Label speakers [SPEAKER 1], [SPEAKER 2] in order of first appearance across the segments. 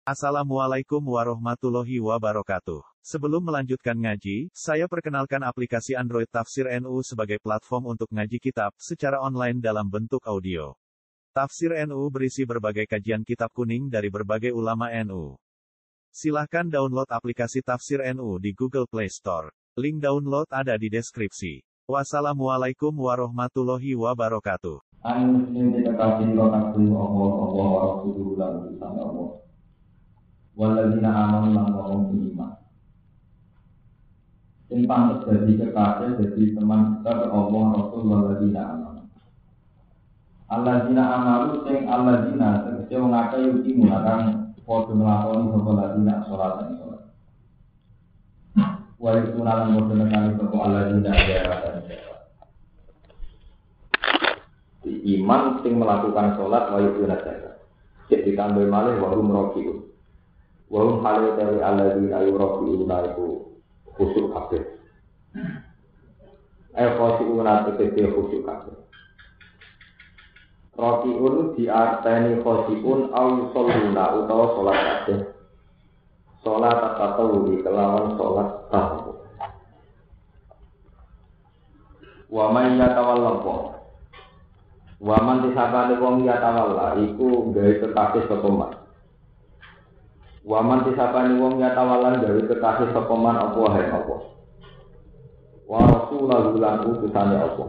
[SPEAKER 1] Assalamualaikum warahmatullahi wabarakatuh. Sebelum melanjutkan ngaji, saya perkenalkan aplikasi Android Tafsir NU sebagai platform untuk ngaji kitab secara online dalam bentuk audio. Tafsir NU berisi berbagai kajian kitab kuning dari berbagai ulama NU. Silahkan download aplikasi Tafsir NU di Google Play Store. Link download ada di deskripsi. Wassalamualaikum warahmatullahi wabarakatuh.
[SPEAKER 2] Muslim dikasih kontak Allah wa Rasuluhu lalu sama Allah. Waladina amanu lan wong iman. Sing pantes dadi kekasih dadi teman kita Allah Rasul waladina amanu. Alladzina amanu sing alladzina tegese wong akeh iki mulakang padha nglakoni sapa ladina salat lan salat. Wa yusunan padha nekani sapa alladzina ya iman sing melakukan sholat wa yusuna zakat. Cek ditambah malih wa hum rakiun. Wa hum halu tali alladzina yurakiuna iku khusyuk kabeh. Khushu'una tegese khusyuk kabeh. Rakiun diarteni khushu'un au yusalluna utawa sholat kabeh. Sholat tatawwi kelawan sholat tahawuf. Wa may yatawalla Waman disabane wong ya tawalla iku gawe kekasih sapa man. Waman disabane wong ya tawalla gawe kekasih sapa man apa hae apa. Wa rasulullah lan utusane apa.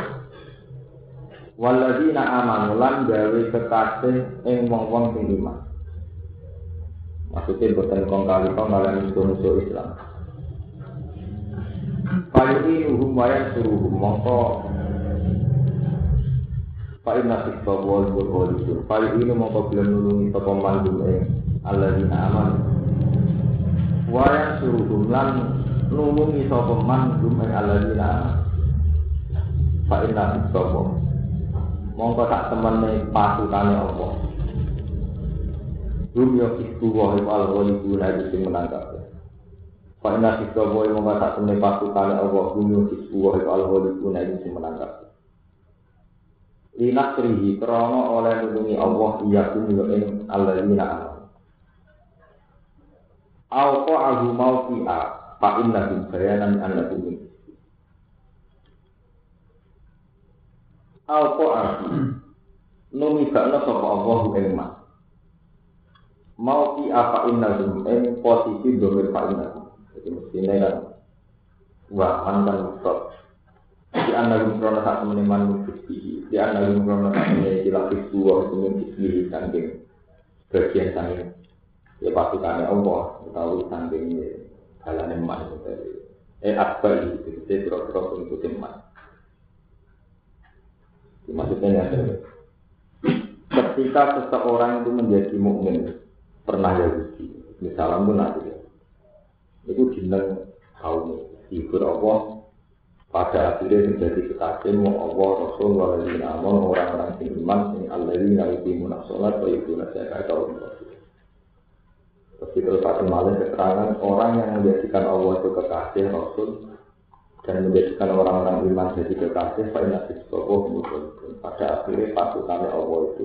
[SPEAKER 2] Walladzina amanu lan gawe kekasih ing wong-wong sing iman. Maksudnya boten kong kali kalian musuh Islam. Fayuhi humayan suruh mongko Fa'inna siksa wal burqolisun Fa'ini mongko bilang nulungi sapa mandum alladzina amanu wa yansuruhum lan nulungi sapa mandum alladzina amanu Fa'inna siksa mongko tak temene pasutane apa dunya iku wa al-ghalibun itu sing menang kabeh Fa'inna siksa mongko tak temene pasutane apa dunya iku wa al-ghalibun itu sing menang kabeh Linakrihi krono oleh nulungi Allah iya kumyo ing alladzina amanu. Auqa ahu mauqi'a fa inna bil bayanan annakum. Auqa ahu numibakna sapa Allah ing ma. Mauqi'a fa inna ing posisi domir fa inna. Jadi mestine kan wa mantan mustaq. Di analum krono sak meneman mufti di analum krono sak meneh dilapis dua mufti saking bagian saking ya pasukane Allah utawi saking dalane emas dari akbar itu terus untuk emas maksudnya ketika seseorang itu menjadi mukmin pernah Yahudi misalnya pun nanti itu jeneng kaum hibur Allah pada akhirnya menjadi kekasih Allah Rasul walladzina amanu orang-orang yang iman yang alladzina yuqimuna shalat wa yutuna zakata wa terus akan malah keterangan orang yang menjadikan Allah itu kekasih Rasul dan menjadikan orang-orang iman jadi kekasih pada pada akhirnya pasukannya Allah itu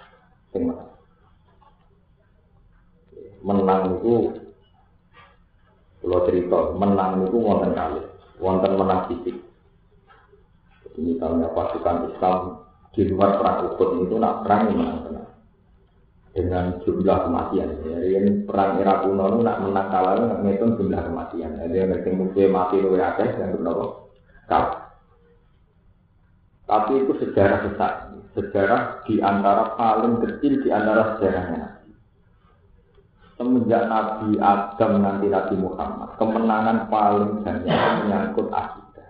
[SPEAKER 2] menang itu kalau cerita menang itu wonten kali wonten menang fisik. Jadi misalnya pasukan Islam di luar perang Uhud itu nak perang menang dengan jumlah kematian. Jadi perang era kuno itu nak menang kalah nak ngitung jumlah kematian. Jadi yang penting mungkin mati luwih akeh yang berapa kalah. Tapi itu sejarah besar, sejarah di antara paling kecil di antara sejarahnya. Semenjak Nabi Adam nanti Nabi Muhammad, kemenangan paling banyak menyangkut akidah.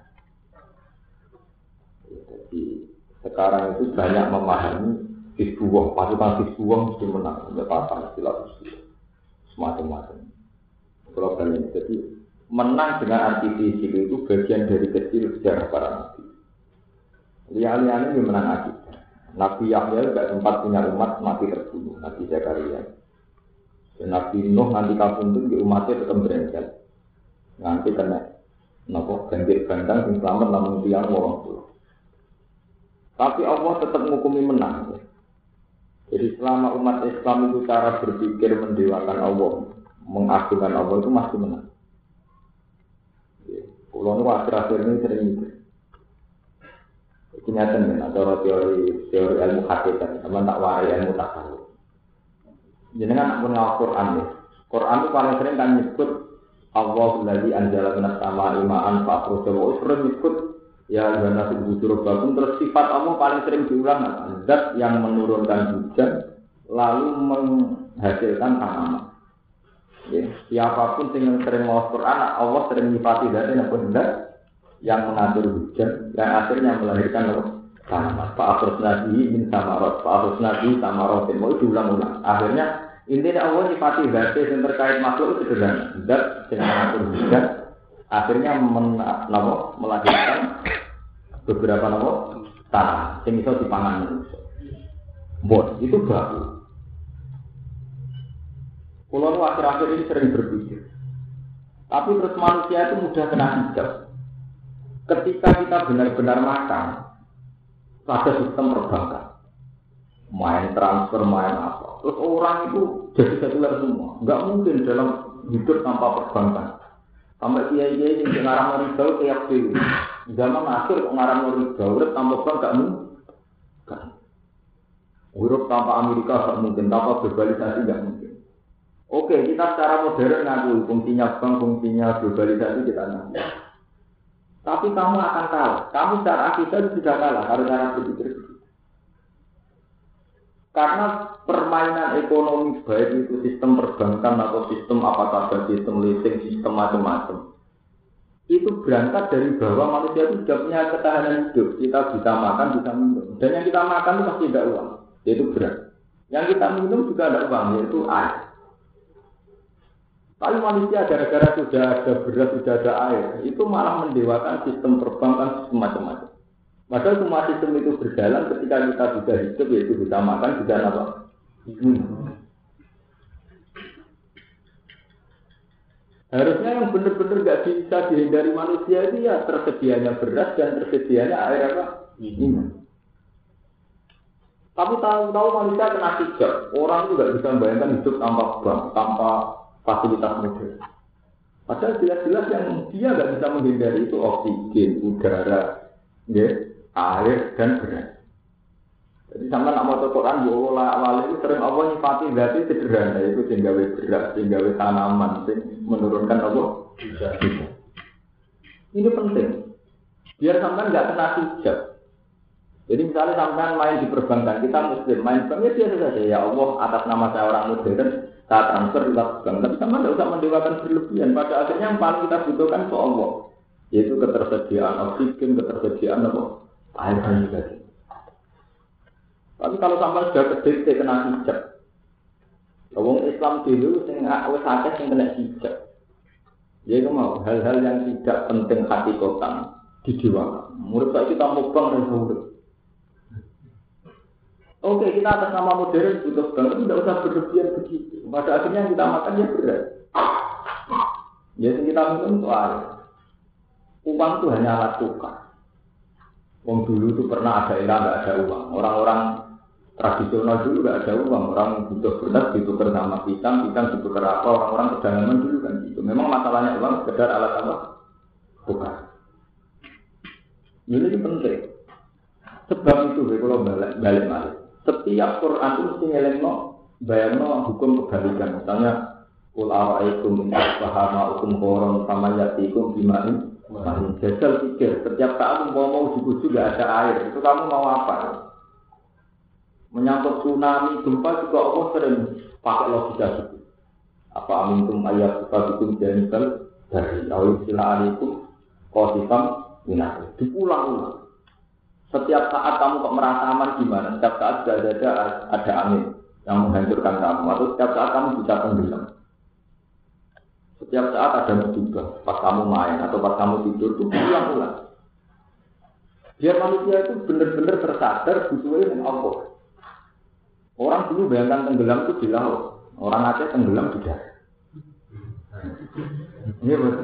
[SPEAKER 2] Jadi sekarang itu banyak memahami Hizbullah, pasukan Hizbullah mesti menang, berpasang istilah semacam-macam. Problem jadi menang dengan arti fisik itu bagian dari kecil sejarah para nabi. Lihat-lihat ini menang akidah. Nabi Yahya tidak sempat punya umat mati terbunuh, Nabi Zakaria. Dan Nabi Nuh nanti kabundut di umatnya tetap berencana. Nanti kena nopo banjir bandang yang selamat namun tiang orang tua. Tapi Allah tetap menghukumi menang. Jadi selama umat Islam itu cara berpikir mendewakan Allah, mengagungkan Allah itu masih menang. Kalau nu akhir-akhir ini sering mikir. Kenyataan kan, atau teori ilmu hakikat, sama tak warai ilmu tasawuf. Jenengan pun ngawal Quran ya. Quran itu paling sering kan nyebut Allahu alladzi anzala minas samaa'i ma'an fa'akhraja sering nyebut ya gana subhanahu wa terus sifat Allah paling sering diulang zat yang menurunkan hujan lalu menghasilkan tanaman. Ya, siapapun yang sering ngawal Quran, Allah sering nyifati zatnya apa zat yang mengatur hujan yang akhirnya melahirkan tanaman. Fa'akhraja min samarot, fa'akhraja samarot mau diulang-ulang. Akhirnya intinya Allah nyifati zat yang terkait makhluk itu sederhana. Zat yang mengatur hujan akhirnya melahirkan beberapa tanah yang bisa dipangan manusia. Bon, itu baru. Kalau akhir-akhir ini sering berpikir. Tapi terus manusia itu mudah kena hijab. Ketika kita benar-benar makan, pada sistem perbankan, main transfer, main apa, terus orang itu jadi sekuler semua. Enggak mungkin dalam hidup tanpa perbankan. Sampai kiai-kiai yang ngarang riba kayak dulu. Zaman akhir ngarang riba, urip tanpa bank enggak mungkin. Urip tanpa Amerika enggak mungkin, tanpa globalisasi enggak mungkin. Oke, kita secara modern ngakui fungsinya bank, fungsinya globalisasi kita ngaku. Tapi kamu akan kalah. Kamu secara akidah sudah kalah karena cara berpikir. Karena permainan ekonomi baik itu sistem perbankan atau sistem apa saja, sistem leasing, sistem macam-macam. Itu berangkat dari bahwa manusia itu sudah punya ketahanan hidup. Kita bisa makan, bisa minum. Dan yang kita makan itu pasti ada uang, yaitu beras. Yang kita minum juga ada uang, yaitu air. Tapi manusia gara-gara sudah ada beras, sudah ada air, itu malah mendewakan sistem perbankan, sistem macam-macam. Padahal semua sistem itu berjalan ketika kita bisa hidup, yaitu bisa makan, bisa apa? Harusnya yang benar-benar nggak bisa dihindari manusia itu ya tersedianya beras dan tersedianya air apa? Minum. Tapi tahu-tahu manusia kena hijab. Orang itu nggak bisa membayangkan hidup tanpa bank, tanpa fasilitas modern. Padahal jelas-jelas yang dia nggak bisa menghindari itu oksigen, udara, ya, air dan beras. Jadi sampai nak mau Quran, awal itu sering Allah nyifati berarti sederhana itu tinggawe beras, tinggawe tanaman, menurunkan Allah. Ini penting. Biar sampai nggak kena hijab. Jadi misalnya sampai main di perbankan, kita muslim main banknya biasa saja. Ya Allah, atas nama saya orang modern, saya transfer di bank. Tapi sama tidak usah mendewakan berlebihan. Pada akhirnya yang paling kita butuhkan itu Allah, yaitu ketersediaan oksigen, ketersediaan apa? Air dan sebagainya. Tapi kalau sampai sudah kedekte kena hijab, orang Islam dulu wis akeh sing kena hijab. Jadi mau hal-hal yang tidak penting hakikatan didewakan. Menurut saya kita mau bang dan urip. Oke, kita atas nama modern butuh banget, tidak usah berlebihan begitu. Pada akhirnya kita makan ya berat. Jadi kita minum itu air. Uang itu hanya alat tukar. Wong dulu itu pernah ada era nggak ada uang. Orang-orang tradisional dulu nggak ada uang. Orang butuh beras ditukar sama pisang ditukar apa. Orang-orang pedalaman dulu kan gitu. Memang masalahnya uang sekedar alat apa? Tukar. Ini penting. Sebab itu kalau balik. Setiap Quran itu mesti ngelengno, bayangno hukum kebalikan. Misalnya, Qul a'ra'aytum in asbaha hukum koron sama yatikum bimain. Jajal pikir, setiap saat mau dibujuk gak ada air, itu kamu mau apa? Menyangkut tsunami, gempa juga Allah sering pakai logika itu. Apa amintum ayat sufabikum janisan dari awal sila alikum qasifam minah. Diulang-ulang. Setiap saat kamu kok merasa aman gimana? Setiap saat sudah ada angin yang menghancurkan kamu, atau setiap saat kamu bisa tenggelam. Setiap saat ada musibah, pas kamu main atau pas kamu tidur itu ulang-ulang. Biar manusia itu benar-benar tersadar butuhnya dengan Allah. Orang dulu bayangkan tenggelam itu di laut, orang Aceh tenggelam di darat. Ini betul.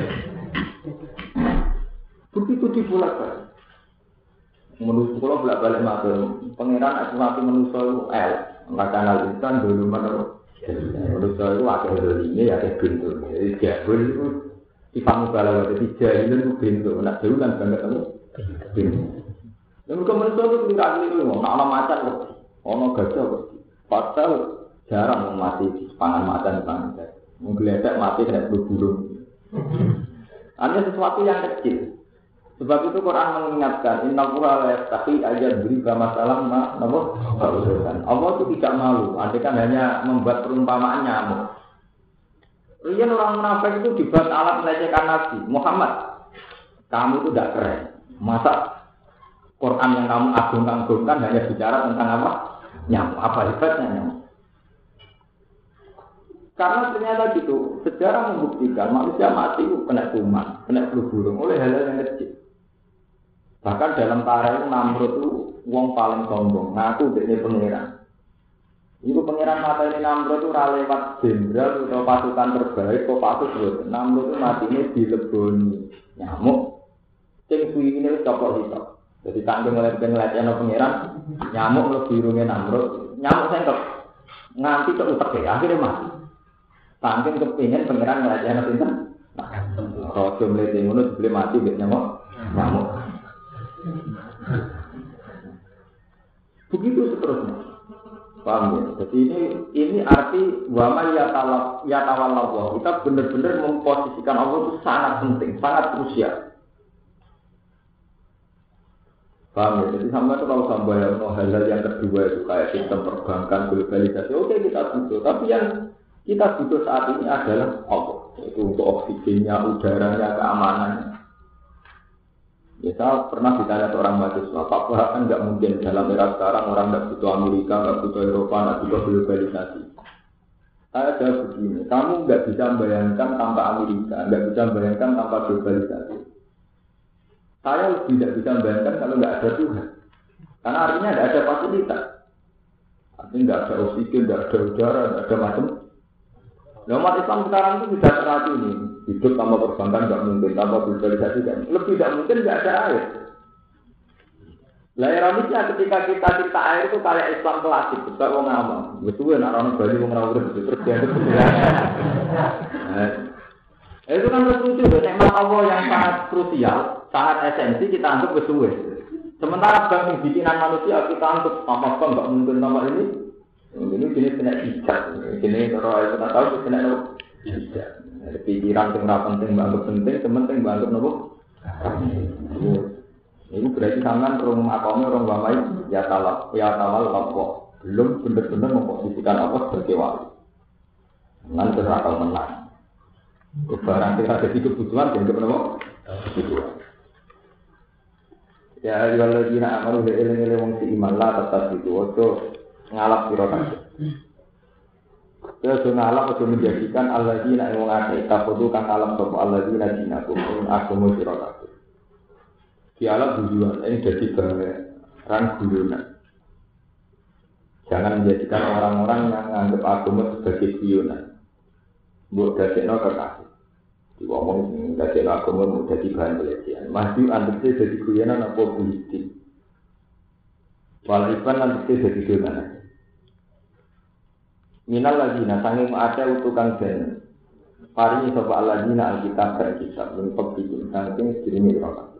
[SPEAKER 2] Begitu dipulak-balik. Menurut kalau bolak-balik matur, pangeran asmati manusia itu Makanal insan dulu mana? Menurut saya itu wakil dulu ini ya kayak pintu. Jadi jahul itu sifat mubalah jadi jahil itu pintu. Nak jauh kan banget kamu pintu. Dan menurut saya itu tidak keliru. Nak ada macan, ada gajah. Padahal jarang mati pangan macan pangan. Menggeledak mati kena burung. Hanya sesuatu yang kecil. Sebab itu Quran mengingatkan, Inna Qura la yastahi aja beri masalah namun Allah itu tidak malu. Andai kan hanya membuat perumpamaan nyamuk. Rian orang munafik itu dibuat alat melecehkan Nabi Muhammad. Kamu itu tidak keren. Masa Quran yang kamu agung-agungkan hanya bicara tentang apa? Nyamuk. Apa hebatnya nyamuk? Karena ternyata gitu, sejarah membuktikan manusia mati itu kena kuman, kena flu burung oleh hal-hal yang kecil. Bahkan dalam tarikh Namrud itu wong paling sombong, ngaku dia pangeran. Itu pangeran mata ini Namrud itu lewat jenderal atau pasukan terbaik, kok pasukan Namrud itu mati ini dileboni nyamuk. Sing suwi ini copot itu. Jadi tanggung oleh pengelatihnya pangeran, nyamuk lebih rumit Namrud, nyamuk sengkep nganti ke utek ya, akhirnya mati. Saking kepingin pangeran ngelajah pinter. Kalau jumlah ngono sebelum mati biar nyamuk. Begitu seterusnya. Paham ya? Jadi ini arti wama ya tawallahu. Kita benar-benar memposisikan Allah itu sangat penting, sangat krusial. Paham ya? Jadi sama itu kalau sampai hal-hal yang kedua itu kayak sistem perbankan, globalisasi, oke kita butuh. Tapi yang kita butuh saat ini adalah Allah. Itu untuk oksigennya, udaranya, keamanannya. Ya, saya pernah ditanya seorang mahasiswa, Pak Wahab kan nggak mungkin dalam era sekarang orang nggak butuh Amerika, nggak butuh Eropa, nggak butuh globalisasi. Saya jawab begini, kamu nggak bisa membayangkan tanpa Amerika, nggak bisa membayangkan tanpa globalisasi. Saya lebih tidak bisa membayangkan kalau nggak ada Tuhan. Karena artinya nggak ada fasilitas. Artinya nggak ada oksigen, nggak ada udara, nggak ada macam. Nah, umat Islam sekarang itu sudah teracuni. Hidup tanpa perbankan nggak mungkin, tanpa globalisasi kan. Lebih tidak mungkin nggak ada air. Lah ironisnya ketika kita cerita air itu kayak Islam klasik, juga orang ngomong. Betul kan orang Bali orang rawuh terus dia itu. Itu kan lucu, nikmat Allah yang sangat krusial, sangat esensi kita anggap betul. Sementara bagi bikinan manusia kita anggap apa nggak mungkin tanpa ini. Ini jenis kena hijab, jenis kalau kita tahu kena hijab. Pikiran yang tidak penting, banget penting, sementing banget nopo. Ini berarti sangan orang makomnya orang wamai ya tawal lapor. Belum benar-benar memposisikan apa sebagai wali. Nanti terakal menang. Barang kita ada di kebutuhan dan kepenuhan kebutuhan. Ya, kalau kita amalu berilmu wong si iman lah tetap itu waktu ngalap sirokan. Terus ngalap untuk menjadikan alladzina yang mengakai takutu kang alam sopo alladzina dinakum agama sirokan. Dialog tujuan ini jadi barang guyonan. Jangan menjadikan orang-orang yang menganggap agama sebagai guyonan. Buat dadekno kekasih. Diomong dadekno agama mau jadi bahan pelecehan. Masih anggapnya jadi guyonan apa politik. Walaupun nanti jadi guyonan. Minal ladina sanging ada utukan den. Paringi sapa aladina alkitab dan kitab min qablikum sanging dirimi ora.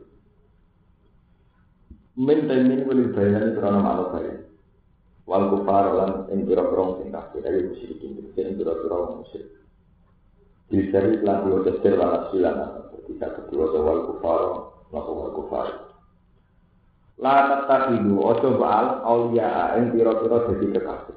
[SPEAKER 2] Min temin wali bayan krana malu bayan. Wal kufar lan ing pira-pira sing kafir ayo musyrikin sing pira-pira musyrik. Disari lan yo tesir lan silana kita kedua wal kufar lan wal kufar. La tatahidu ojo bal auliya ing pira-pira dadi kekasih.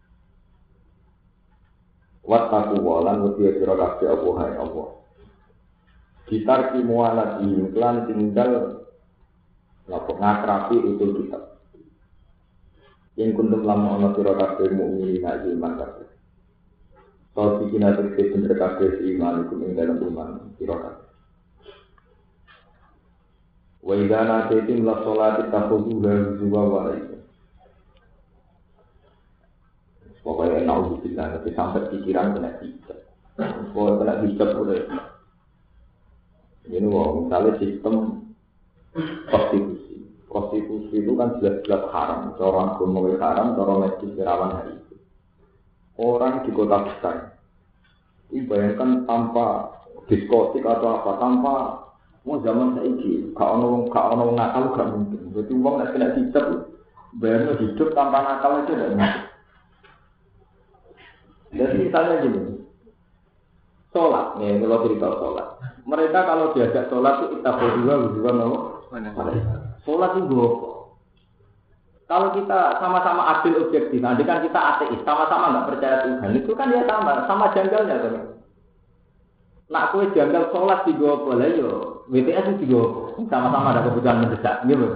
[SPEAKER 2] Wattaku walan wedi sira kabeh apa hae Allah. Ditarki mualati iklan tinggal lapor ngakrapi utul kitab. Yang kuntum lamu ana sira kabeh mukmin nek iman kabeh. Kalau bikin ada bener kabeh iman iku ing dalam iman sira kabeh. Wa idza natitim la sholati takhudhu wa walaika. Pokoknya naudzubillah, tapi sampai pikiran kena hijab. Kalau kena hijab boleh. Ini misalnya sistem prostitusi. Prostitusi itu kan jelas-jelas haram. Orang agama haram, orang medis rawan hari itu. orang di kota besar. Ini bayangkan tanpa diskotik atau apa, tanpa mau zaman saiki, kalau nakal gak mungkin. Jadi uang nak kena hijab, bayangkan hidup tanpa nakal itu tidak mungkin. Jadi misalnya gini, sholat, nih kalau cerita sholat. Mereka kalau diajak sholat itu kita berdua mau sholat itu gue. Kalau kita sama-sama adil objektif, nanti kan kita ateis, sama-sama nggak percaya Tuhan, itu kan ya sama janggalnya kan. Nak kue janggal sholat di gue boleh yo, WTS di gue, sama-sama ada kebutuhan mendesak, gitu.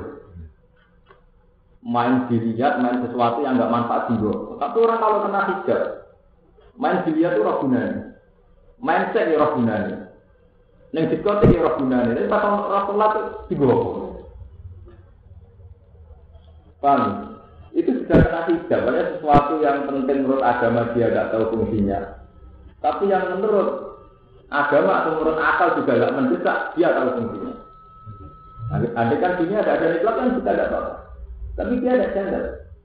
[SPEAKER 2] Main dilihat, main sesuatu yang nggak manfaat di gue. Tapi orang kalau kena hijab, main dilihat itu roh gunanya, main seks ya roh gunanya, neng diskotik ya roh gunanya. Tapi pas orang sholat itu di gue. Paham? Itu sudah kena hijab, banyak sesuatu yang penting menurut agama dia tidak tahu fungsinya. Tapi yang menurut agama atau menurut akal juga tidak mendesak, dia tahu fungsinya. Andai kan dunia ada nikmat yang kita tidak tahu. Tapi dia ada janggal.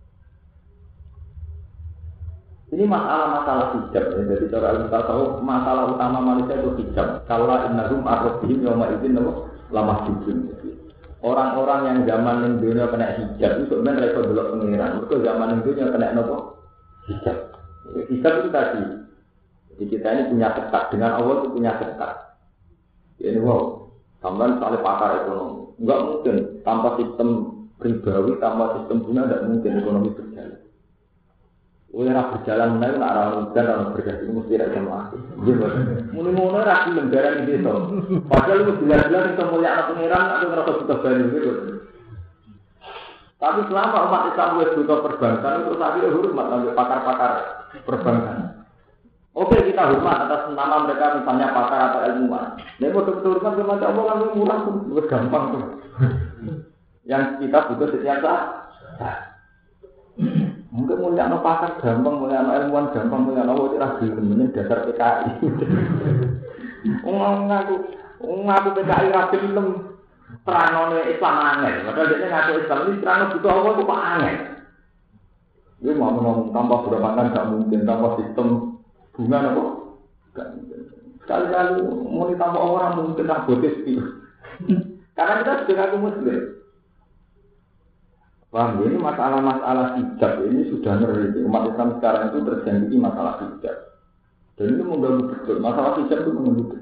[SPEAKER 2] Ini masalah-masalah hijab. Jadi cara kita tahu masalah utama manusia itu hijab. Kalau innahum ar-rabbihim yawma idzin lamah jujun. Orang-orang yang zaman yang dunia kena hijab itu sebenarnya mereka belok pengiran. Mereka zaman yang dunia kena nopo hijab. Hijab itu tadi. Jadi kita ini punya ketat dengan Allah itu punya ketat. Ini wow, tambahan soal pakar ekonomi. Enggak mungkin tanpa sistem ribawi, tanpa sistem guna tidak mungkin ekonomi berjalan. Orang berjalan menaik nak orang hujan orang berjalan mesti ada mati. Muni-muni rapi negara ini itu. Padahal itu jelas-jelas itu mulia anak pengiran atau ngerasa butuh baru gitu. Tapi selama umat Islam butuh perbankan itu tadi hormat sampai pakar-pakar perbankan. Oke kita hormat atas nama mereka misalnya pakar atau ilmuwan. Nih betul-betul hormat sama Allah kan murah tuh, gampang tuh. Yang kita butuh setiap saat. Mungkin mulia anak pakar gampang, mulia anak ilmuwan gampang, mulia anak wajib ragu, ini dasar PKI. Ngaku PKI ragu film terangone Islam angel. Padahal dia ngaku Islam ini terang butuh Allah itu pak angel. Dia mau ngomong tanpa perbankan gak mungkin, tanpa sistem bunga apa? Gak mungkin. Sekali-kali mau ditambah orang mungkin tak botis itu. Karena kita sudah ngaku Muslim. Paham, ini masalah-masalah hijab ini sudah ngeri. Umat Islam sekarang itu terjadi masalah hijab. Dan itu mengganggu betul. Masalah hijab itu mengganggu betul.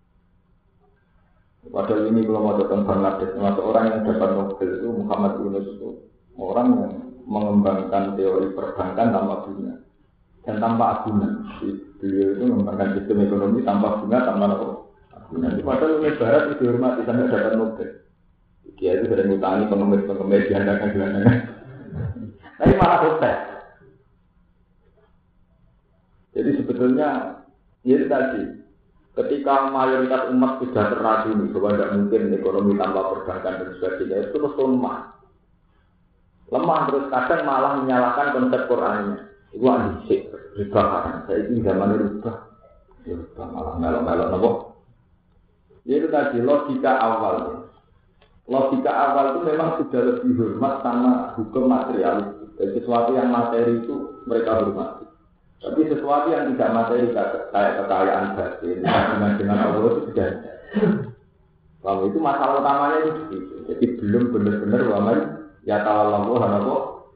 [SPEAKER 2] Padahal ini kalau mau datang Bangladesh, termasuk orang yang dapat Nobel itu Muhammad Yunus itu orang yang mengembangkan teori perbankan tanpa bunga dan tanpa agunan. Beliau itu mengembangkan sistem ekonomi tanpa bunga, tanpa agunan. Padahal Uni Barat itu dihormati sampai dapat Nobel. Dia itu sudah ngutangi pengemis diandalkan. Tapi malah sukses. Jadi sebetulnya ini tadi, ketika mayoritas umat sudah terracuni bahwa tidak mungkin ekonomi tanpa perbankan dan sebagainya, itu terus lemah terus kadang malah menyalahkan konsep Qurannya. Itu anjing, ribah. Saya ini zaman ribah malah melok-melok nopo. Itu tadi logika awalnya. Logika awal itu memang sudah lebih hormat sama hukum material. Jadi sesuatu yang materi itu mereka hormati. Tapi sesuatu yang tidak materi kayak kekayaan batin, dengan Allah itu sudah. Lalu itu masalah utamanya itu. Jadi belum benar-benar waman ya ta'allahu hanako.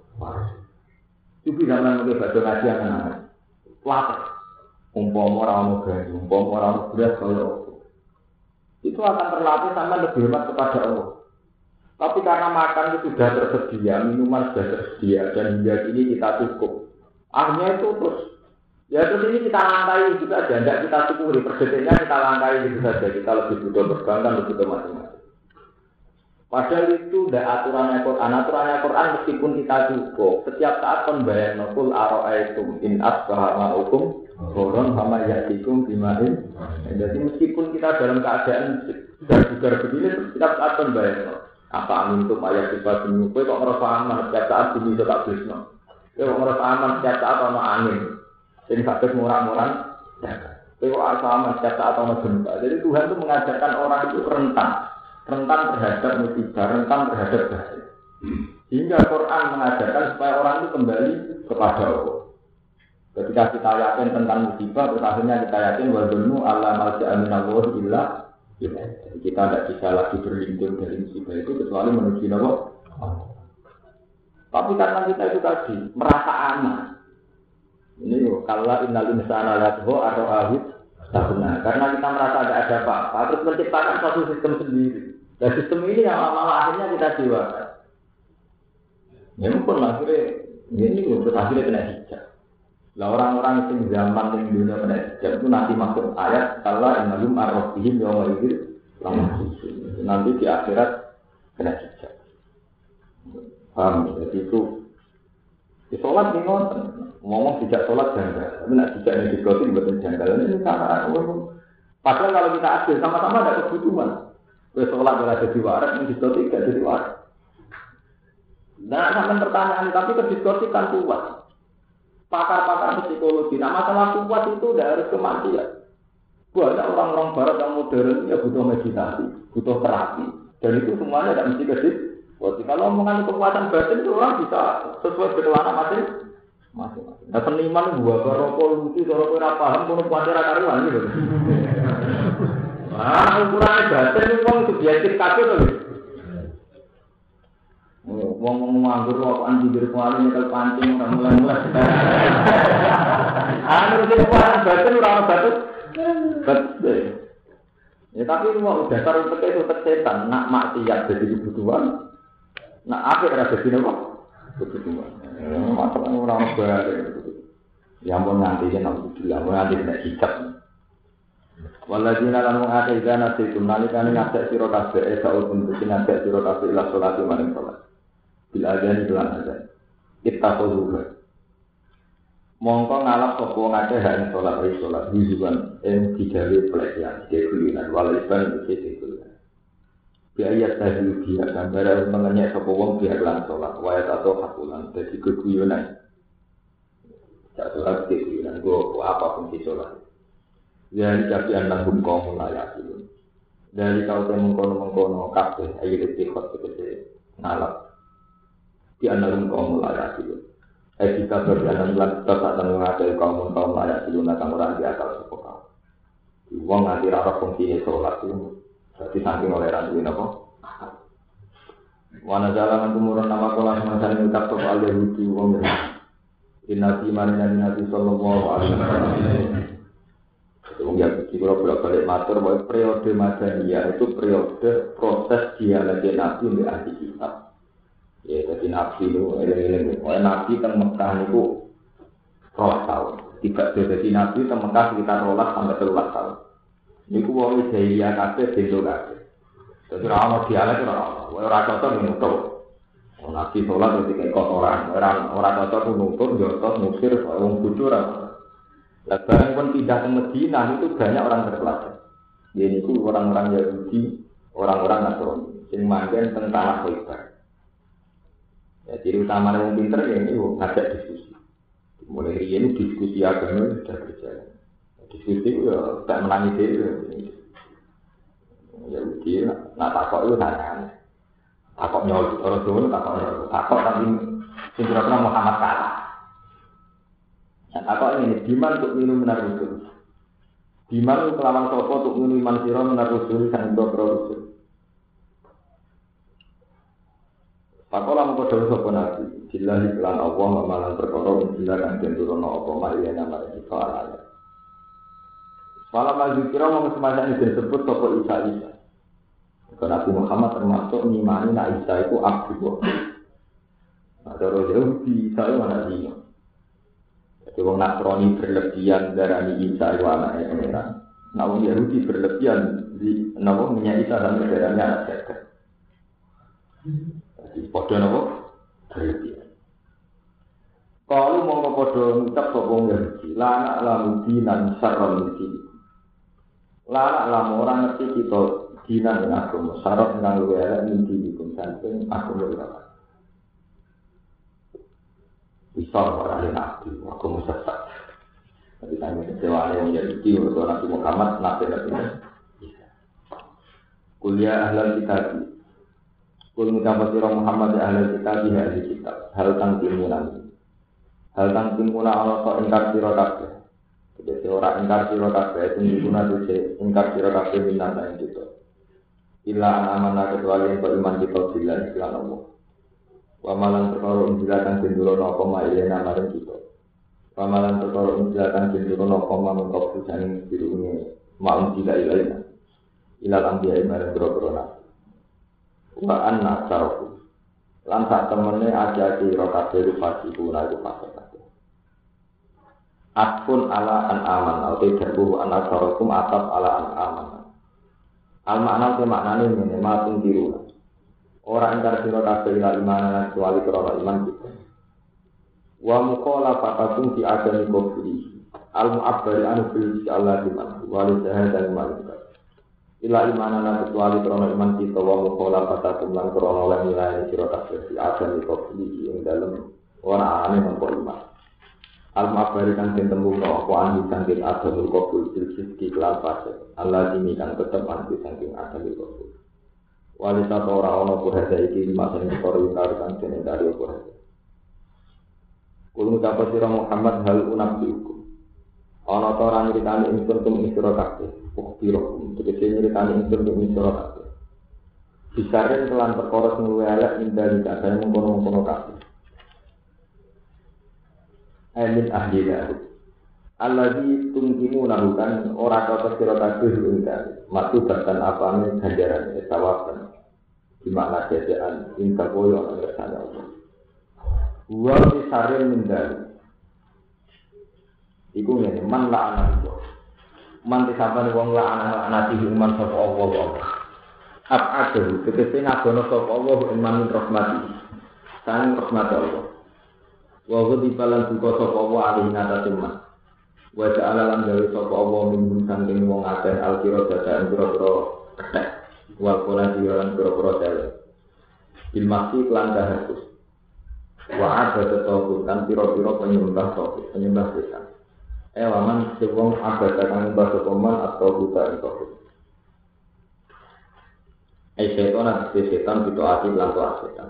[SPEAKER 2] Itu zaman mungkin baca ngaji yang menarik. Latih. Umpama orang gaji, umpama orang beras kalau itu akan terlatih sama lebih hormat kepada Allah. Tapi karena makan itu sudah tersedia, minuman sudah tersedia, dan hingga kini kita cukup. Akhirnya itu terus ini kita langkai juga aja, tidak kita syukuri, perdetiknya kita langkai gitu saja, kita lebih butuh perbankan, lebih butuh masing-masing. Padahal itu tidak aturannya Quran meskipun kita cukup, setiap saat pembayar nukul aro'aitum in asbaha ma'ukum, Koron sama yatikum bimain. Jadi meskipun kita dalam keadaan sudah begini, setiap saat pembayar apa amin untuk ayat sifat ini, kok merasa aman setiap saat bumi tetap bisno. Kok merasa aman setiap saat ada angin. Jadi sakit murah-murah. Kok asa aman setiap saat ada gempa. Jadi Tuhan itu mengajarkan orang itu rentan terhadap musibah, rentan terhadap bahaya. Hingga Quran mengajarkan supaya orang itu kembali kepada Allah. Ketika kita yakin tentang musibah, terus akhirnya kita yakin wadzunnu alla malja'a minallah illa ilaihi. Kita tidak bisa lagi berlindung dari musibah itu kecuali menuju Allah. Tapi karena kita itu tadi merasa aman. Ini kalau innal insana lathu arra'ahu tahuna. Karena kita merasa ada apa-apa, terus menciptakan suatu sistem sendiri. Dan sistem ini yang malah akhirnya kita jiwakan. Ya pun akhirnya ini terus akhirnya kena hijab. Lah orang-orang yang zaman yang dunia kena hijab itu nanti masuk ayat kalau innahum ar-rabbihim yawma idzin nanti di akhirat kena hijab. Paham? Jadi itu di sholat nih ngomong tidak sholat janggal, tapi nak tidak yang diskotik buatan janggal ini cara. Padahal kalau kita adil sama-sama ada kebutuhan. Kalau sholat adalah jadi waras, yang diskotik tidak jadi waras. Nah, sampai pertanyaan tapi ke diskotik kan kuat. Pakar-pakar psikologi, nah masalah kuat itu tidak harus kematian. Banyak orang-orang barat yang modern ya butuh meditasi, butuh terapi, dan itu semuanya tidak mesti kedip. Kalau omongan kekuatan batin itu orang bisa sesuai berkelana masing-masing. Nah seniman buat rokok lucu, rokok paham, pun kuatir karuan gitu. Nah ukuran batin itu orang subjektif kabeh tuh. Wong nganggur rokokan di kemarin nyekel pancing ora mulai-mulai. Anu sing kuat batin ora batin. Betul. Ya tapi mau dasar itu setan, nak maksiat jadi kebutuhan. Nak apa ora dadi napa? Kebutuhan. Masalah ora bare. Ya ampun nanti yen aku bilang nanti nek hijab. Waladina lan mengataikan nasi tunalikane ngajak sira kabeh saul bentuk ngajak sira kabeh ila salat maring salat. Bila adhan kelan adhan kita koduga mongko ngalap sopo ngake hanya sholat dari sholat hujuban yang digawe pelatihan dekulinan waliban itu dekulinan biaya tadi dia gambar mengenai sopo wong biar lan sholat wayat atau hakulan jadi kekuyonan tak sholat dekulinan gue apa fungsi sholat dari tapi anak hukum layak itu dari kau mengkono kabeh ayo istiqot seperti ngalap di antara kaum layak itu. Jika berjalan bulan tetap dan mengajar kaum layak itu nakang orang di akal sepuluh. Uang nanti arah fungsi sholat itu. Jadi saking oleh rantu ini apa? Wana jalan kumurun nama kolam semasa ini ucap soal Yahudi uang Nabi Marina Nabi Sallallahu Alaihi Wasallam. Itu Yahudi kalau bolak-balik matur bahwa periode Madaniyah itu periode proses dialog Nabi untuk ahli kitab. Ya, jadi Nabi itu, Nabi kan Mekah itu 12 tahun. Tidak jadi Nabi kan Mekah sekitar 12 sampai 13 tahun. Ini ku wong jahiliyah kabeh bendo kabeh. Jadi ora dialek ora cocok nutup. Nabi salat ketika kotoran, ora cocok nutup jotos musir wong bodho ora. Lah bareng pun pindah ke Madinah itu banyak orang terpelajar. Yaitu orang-orang Yahudi, orang-orang Nasrani sing manggen teng tanah Khaybar. Ya, ciri utama yang pinter ya ini ngajak diskusi. Mulai hari ini diskusi agama sudah berjalan. Diskusi itu ya tak menangis dia. Ya udah, nak takok itu tanya. Takok nyol, orang Jawa takok nyol. Takok tapi kira-kira Muhammad kalah. Nah takok ini diman untuk minum benar rusul. Diman kelawan sopo untuk minum iman siro benar rusul dan dobro rusul. Pakola mengkodol sopo nabi, jilahi kelan Allah mamalan perkara jilah kan jenturono apa mariana marani soalnya. Malam mazikira mau semacam ini disebut sopo Isa. Nabi Muhammad termasuk ngimani nak Isa itu abdu. Ada orang Yahudi Isa itu mana dia? Jadi orang Nasrani berlebihan darani Isa itu anaknya pangeran. Nah orang Yahudi berlebihan di namanya Isa dan darahnya anak jagat. Podo nopo berlebihan. Kalau mau podo ngucap sopong Yahudi, lana lamu dinan sarron mesti. Lana lamu orang ngerti kita dinan dengan agama, sarron dengan luwera mesti dikum samping agama berapa. Bisa orang yang aktif, agama sesat. Tapi tanya kecewa yang Yahudi untuk Nabi Muhammad, Nabi bisa. Kuliah ahlan kitab. Kul mutawasiro Muhammad ahli kitab ahli kitab hal tangkimunan Hal tangkimuna ana kok ingkar sira kabeh. Jadi ora ingkar sira kabeh tungkuna dise ingkar sira kabeh minan ing kita. Ila amana kecuali yang beriman kita bilang iklan Allah. Wa malan perkara unjilatan bindurono apa ma ilena maring kita. Wa malan perkara unjilatan bindurono apa ma mengkop saning dirungi maun tidak ilena. Ilal ambiya maring boro-boro. Wa anna saroku. Lan sak temene aja sira kabeh rupati kuna iku pasar. Atpun ala an aman atau terbuh anak sarokum atap ala an aman. Al makna te maknane ngene matun tiru. Ora ingkar sira kabeh ila iman kecuali krana iman kita. Wa muqalafatum fi adami kufri. Al mu'abbari anu bil Allah iman wa li syahadan malaikat. Ila imanana kecuali krana iman kita wa muqalafatum lan krana lan nilai sira kabeh fi adami kufri ing dalem ora ane mongko iman. Al-Ma'bari kan tembung apa anu saking adamul qabul bil rizki kelan fase. Allah ini kan tetep anu saking adamul qabul. Walita ora ana kurhada iki masa ing karo kan dene dari kurhada. Kulo ngucap sira Muhammad hal unabbiukum. Ana ta ora nyritani ingsun ing sira kabeh. Piro tegese nyritani ingsun ing sira kabeh. Disaren kelan perkara sing luwih elek indali kadang mengkono-kono kabeh. Amin ahlilah. Alladzi tungkimu lakukan ora kata sira kabeh ingkang maksudkan apane ganjaran sawaban di makna jajaan inta koyo ngersane Allah. Wa bisarin mendal. Iku ngene man la'ana Allah. Man disabane wong la'ana nati iman sapa Allah. Ab'adu tegese ngadono sapa Allah iman rahmati. Sang rahmat Allah. Wa ghadi balan duka sapa wa ali ngataseman wa ta'ala lan gawe sapa Allah minhum saking wong akeh alkira dadakan pira-pira kethek wal qala diwan pira-pira dale bil masih lan dahus wa ada tetau kan pira-pira penyembah setan waman sing abad kang nyembah sapa man atau buta itu setan itu ati lan setan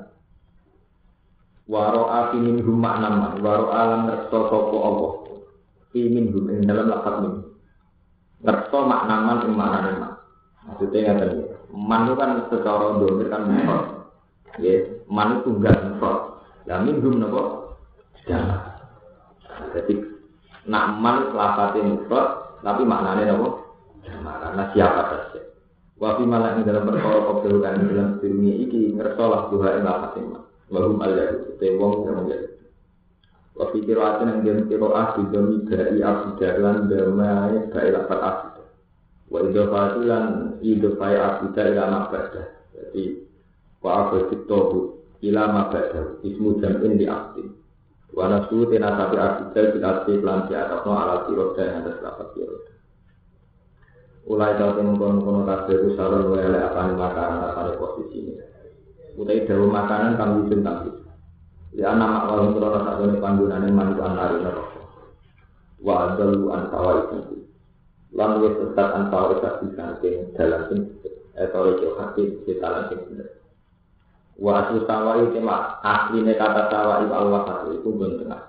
[SPEAKER 2] waro afi minhum maknaman waro alam ngerso sapa Allah fi minhum ing dalam lafaz min ngerso maknaman ing maknane man maksudnya ngaten iki man itu kan secara domir kan mufrad nggih man itu tunggal mufrad la minhum napa jama jadi nak man lafaz mufrad tapi maknane napa jama karena siapa saja wa fi malak ing dalam perkara kobel kan dalam dunia iki ngerso lah duha ing lafaz man wahum al-yahud tewong yang menjadi wa fi qira'atin yang qira'ah di dami ga'i abdalan damai ga'i lapat abdah wa idhafatulan idhafai abdah ila mabada jadi wa abadit tohu ila mabada ismu jam'in di abdin wa nasu tenasabi abdah bil abdi lan di atasno ala kiroda yang atas lapat kiroda ulai kau mengkono-kono kabeh usaron wa ele apane makanan apane posisi ini utai dawa makanan kami tentang itu. Di anak makwalun krono sakjane panggonane mantu anari neraka. Wa adalu an kawai itu. Lan wis tetap an kawai saking dalam sing etore yo hati ditalan sing bener. Wa asu kawai tema asline kata kawai al-wasat itu ben tengah.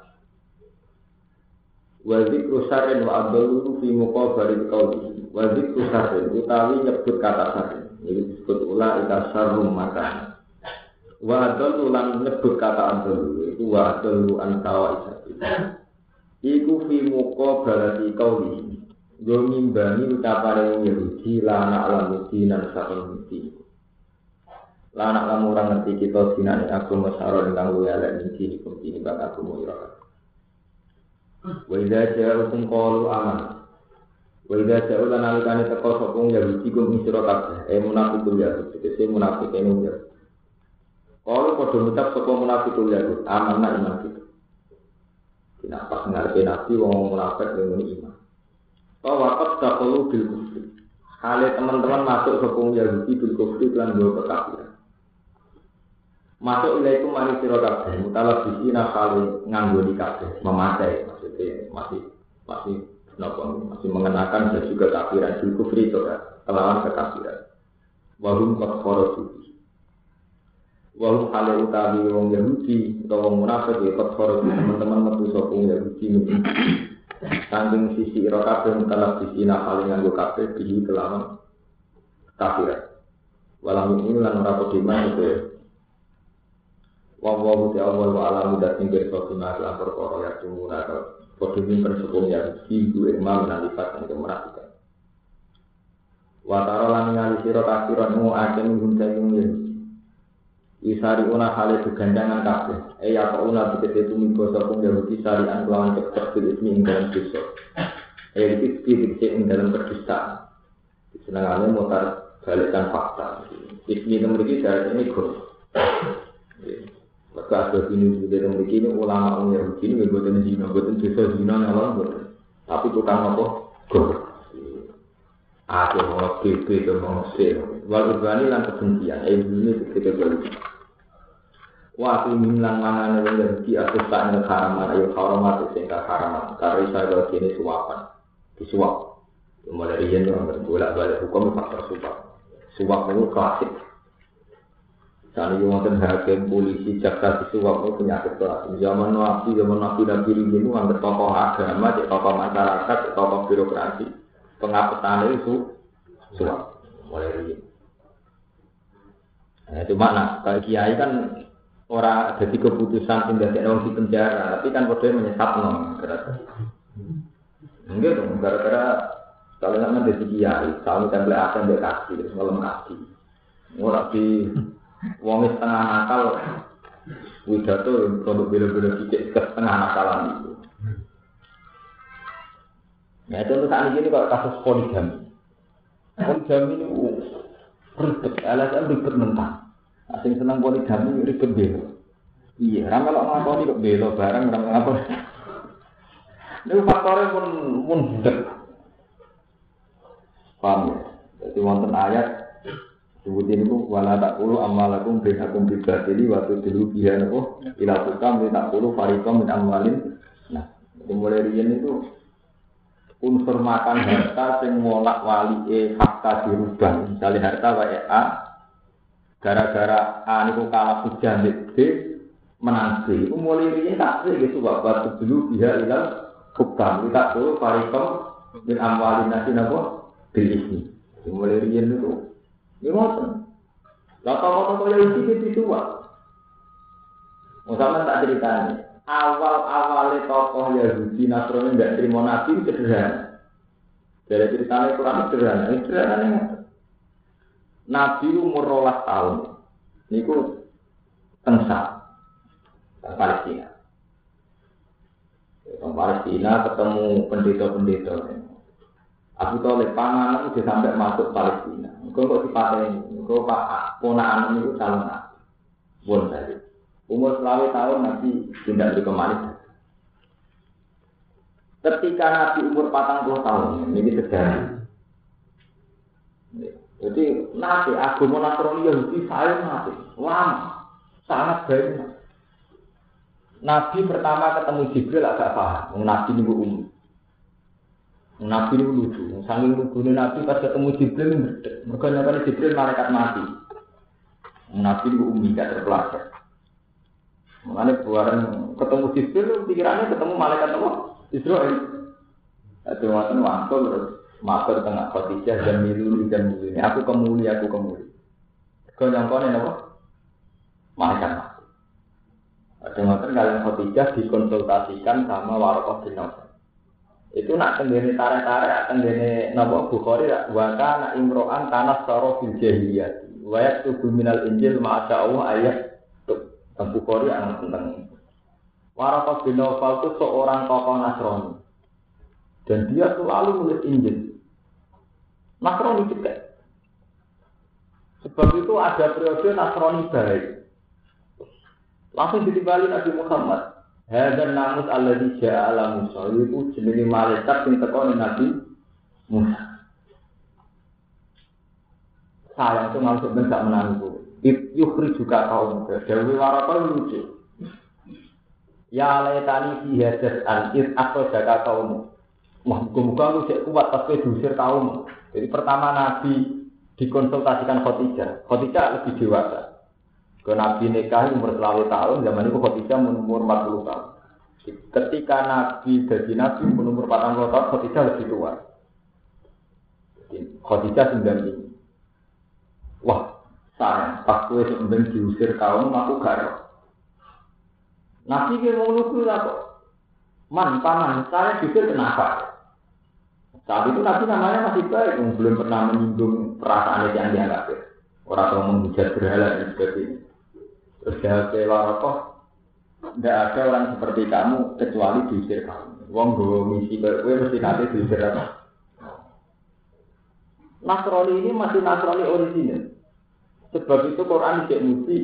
[SPEAKER 2] Wa zikru syarrin wa adalu fi muqabari qauli. Wa zikru syarrin utawi nyebut kata syarrin. Iki disebut ula ita syarrum makan. Wa adallu lan nyebut kata adallu iku wa adallu an tawaisati iku fi muqabalati qauli yo mimbani ucapane wong Yahudi la ana alam dinan sakon mesti la ana lamun ora ngerti kita dinane agama saro ingkang luwih elek iki iki bak agama ira wa idza ja'akum qalu aman wa idza ja'u lan alikane teko sapa wong Yahudi kum sira kabeh munafiqul Yahudi tegese munafik ene kalau pada ngucap sapa munafikul yahud amanah iman kita. Tidak pas ngarepe nabi wong munafik dengan iman. Bahwa qad taqulu bil kufri. Hale teman-teman masuk sapa Yahudi bil kufri lan dua kekafiran. Masuk ilaikum mari sira kabeh mutalab bisina kali nganggoni kabeh memakai maksudnya masih masih mengenakan dan juga kekafiran bil kufri itu kelawan kekafiran. Wahum qad kharaju Wa hale utawi wong Yahudi utawa wong munafik ya perkara teman-teman metu sapa wong Yahudi mungkin saking sisi ira kabeh mutalab sisi nakal nganggo kabeh bihi kelawan kafirat. Walau ini lan ora pediman itu. Wa ta'ala wa alamu dating bersoguna lan perkara ya tumuna pedimin persepung ya ibu imam nalifat yang kemeratikan. Wa taro lan ngali sira kafiran mu akan guncang isari una hale kegandangan kabeh ya kauna begitu tumiko sapa Yahudi sarian kelawan cepet ismi ing dalam dosa iki dikit ing dalam perdusta senengane mutar balikkan fakta ismi memiliki dari ini kok maka ada ini dari memiliki ulama Yahudi ini boten zina boten dosa zina ngalor tapi tukang apa kok aku mau pipi ke mongse wal urbani lan kebencian ini kita balik wa milan mangane wong Yahudi atus tak nek haraman ayo haramat sing haraman karo saya kene suwapan disuwap mulai riyen yo bolak-balik hukum faktor suwap itu klasik kan yo wonten hakim polisi jaksa disuwap itu penyakit kelas zaman nabi itu anggere tokoh agama cek tokoh masyarakat cek tokoh birokrasi pengapetan itu suwap mulai riyen itu makna kalau kiai kan orang jadi keputusan tindak orang di penjara, tapi kan bodoh menyesatno gara-gara. Enggak dong, gara-gara kalau nak menjadi kiai, kalau template akan berkasi, terus malam kaki. Orang di wong setengah nakal, widato produk bela-bela dikit setengah nakalan itu. Nah itu untuk saat ini kalau kasus poligami, poligami itu ribet, alasan ribet mentah. Asing senang poligami ribet belo. Iya, ra melok ngakoni kok belo bareng ra ngapa. Niku faktore pun ndek. Paham ya? Jadi wonten ayat sebutin niku wala taqulu amalakum bainakum bidzatili wa tudlu biha napa ila tukam tak qulu fariqam min amwalin. Nah, mulai riyen itu unsur makan harta sing ngolak walike hakka dirubah. Misale harta wae A gara-gara A niku kalah hujan B menang B. Iku mulai riyen tak gitu bapak dulu biha ila tukam tak qulu fariqam min amwalin nasi napa bil ismi. Mulai riyen itu ngoten. Lah tokoh-tokoh yang iki disuwak. Musaman tak ceritani. Awal-awale tokoh Yahudi Nasrani ndak terima Nabi sederhana. Dari ceritanya Quran sederhana. Sederhana Nabi umur 12 tahun. Niku tengsa Palestina. Di Palestina ketemu pendeta-pendeta. Abu Thalib panganan itu sampai masuk Palestina. Kok dipateni? Kok Pak ponakan itu calon nabi. Pun tadi. Umur 20 tahun Nabi tidak dikembali. Ketika Nabi umur 40 tahun, ini sejarah. Jadi Nabi agama Nasrani Yahudi saya Nabi lama, sangat banyak. Nabi pertama ketemu Jibril agak paham. Nabi ini umum. Nabi ini lucu. Saking lucunya Nabi pas ketemu Jibril berdek. Mereka Jibril malaikat mati. Nabi ini umum tidak terpelajar. Mengenai buaran ketemu Jibril, pikirannya ketemu malaikat apa? Israel. Itu waktu waktu matur tengah Khadijah dan milu. Aku kemuli. Kau nyangkone apa? Malaikat mati. Ada waktu kalian Khadijah dikonsultasikan sama Warqah bin Nawfal. Itu nak tenggene tarik-tarik, tenggene napa Bukhari wa kana imro'an kana sara fil jahiliyah. Wa yaktubu minal injil ma Allah ayat Bukhari anak tentang Warqah bin Nawfal itu seorang tokoh Nasrani dan dia selalu menulis Injil. Nasrani juga. Sebab itu ada periode Nasrani baik. Langsung ditimbali Nabi Muhammad. Hadan namus alladzi ja'a ala Musa itu jenenge malaikat sing teko Nabi Musa. Sayang itu maksud enggak menangku. Yukri juga kaum Dewi Waraqah lucu. Ya laitani fi hadas al-id atau jaga kaum. Muga-muga lu cek kuat tapi diusir kaum. Jadi pertama Nabi dikonsultasikan Khadijah. Khadijah lebih dewasa. Ke Nabi nikah umur 20 tahun, zaman itu Khadijah umur 40 tahun. Ketika Nabi jadi Nabi umur 40 tahun, Khadijah lebih tua. Khadijah 95. Wah, sayang, pas gue sebenarnya diusir kaum, aku garok. Nabi dia mau lugu lah kok. Paman, saya diusir kenapa? Saat itu Nabi namanya masih baik, belum pernah menyinggung perasaan yang dianggap. Orang tua menghujat berhala dan sebagainya. Terus dia keluar kok. Tidak ada orang seperti kamu kecuali diusir kamu. Wong gue misi gue mesti nanti diusir apa? Nasrani ini masih Nasrani original. Sebab itu Quran tidak mesti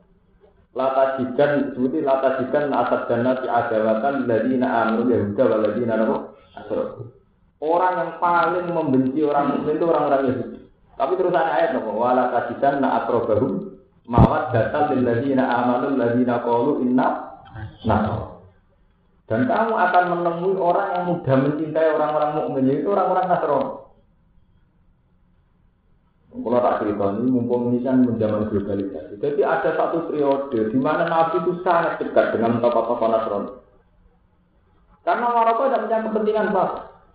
[SPEAKER 2] latajikan asad jannati adawatan ladina amanu yahuda waladina nasrani. Orang yang paling membenci orang mukmin itu orang-orang Yahudi. Tapi terusan ayat nopo wala tajidan na akrobahum mawaddatan lil ladina amanu ladina qalu inna nasrani. Dan kamu akan menemui orang yang mudah mencintai orang-orang mukmin itu orang-orang Nasrani. Kalau tak cerita ini, mumpung ini kan menjaman globalisasi. Jadi ada satu periode di mana Nabi itu sangat dekat dengan tokoh-tokoh Nasrani. Karena Maroko tidak punya kepentingan apa.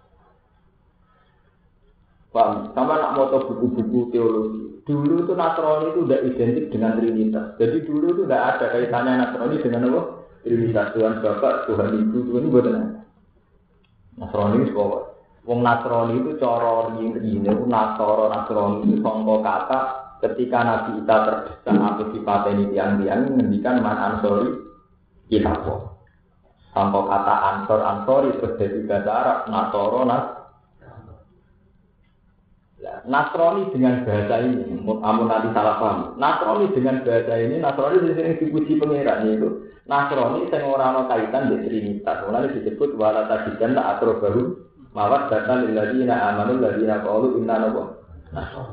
[SPEAKER 2] Paham? Sama nak moto buku-buku teologi. Dulu itu Nasrani itu tidak identik dengan Trinitas. Jadi dulu itu tidak ada kaitannya Nasrani dengan apa? Trinitas, Tuhan Bapak, Tuhan Ibu, Tuhan Ibu. Nasrani itu apa? Wong Nasrani itu cara ini Nasrani itu sangka kata ketika Nabi Isa terdesak atau dipateni tiang-tiang ngendikan man ansori ilawo. Sangka kata ansori terus jadi bahasa Arab Nasoro Nasrani dengan bahasa ini, amun nanti salah paham. Nasrani dengan bahasa ini, Nasrani sering dipuji pangeran itu. Nasrani sing ora ana kaitan dengan Trinitas. Mulane disebut wala tajidan la atrobahu mawat datan lilladzina amanu lilladzina qalu inna nasrani.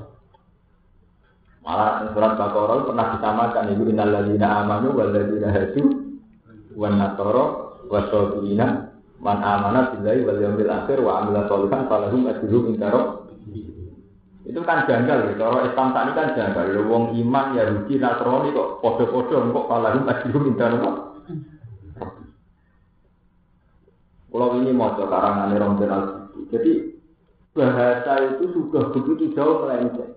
[SPEAKER 2] Malah surat Baqarah pernah disamakan itu innal ladzina amanu wal ladzina hadu wan nasara wasabina man amana billahi wal yawmil akhir wa amila sholihan falahum ajruhum inda rabbihim. Itu kan janggal, cara Islam tadi kan janggal. Wong iman Yahudi Nasrani kok padha-padha kok falahum ajruhum inda rabbihim. Kalau ini mau karangan Rombel Al-Budi. Jadi bahasa itu sudah begitu jauh melenceng.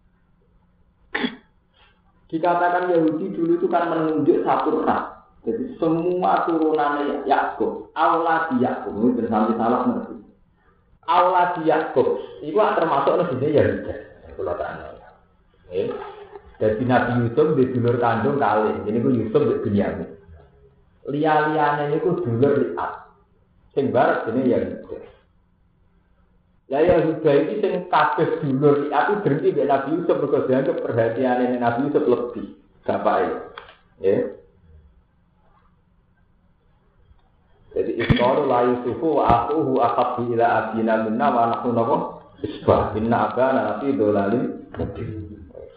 [SPEAKER 2] Dikatakan Yahudi dulu itu kan menunjuk satu ras. Jadi semua turunannya Yakub, aulad Yakub itu bersampai salah ngerti. Aulad Yakub itu termasuk nabinya Yahudi. Kalau tanya. Jadi Nabi Yusuf di dulur kandung kali. Jadi itu Yusuf di Binyamin. Lia-liane itu dulur liat. Sing barat ini Yahuda. Ya Yahuda ini sing kabeh dulur aku berhenti mbek Nabi Yusuf mergo dianggap perhatiane Nabi Yusuf lebih bapake. Ya. Jadi iqalu la yusufu wa aquhu aqabbi ila abina minna wa nahnu naqo isbah inna abana fi dolalin mubin.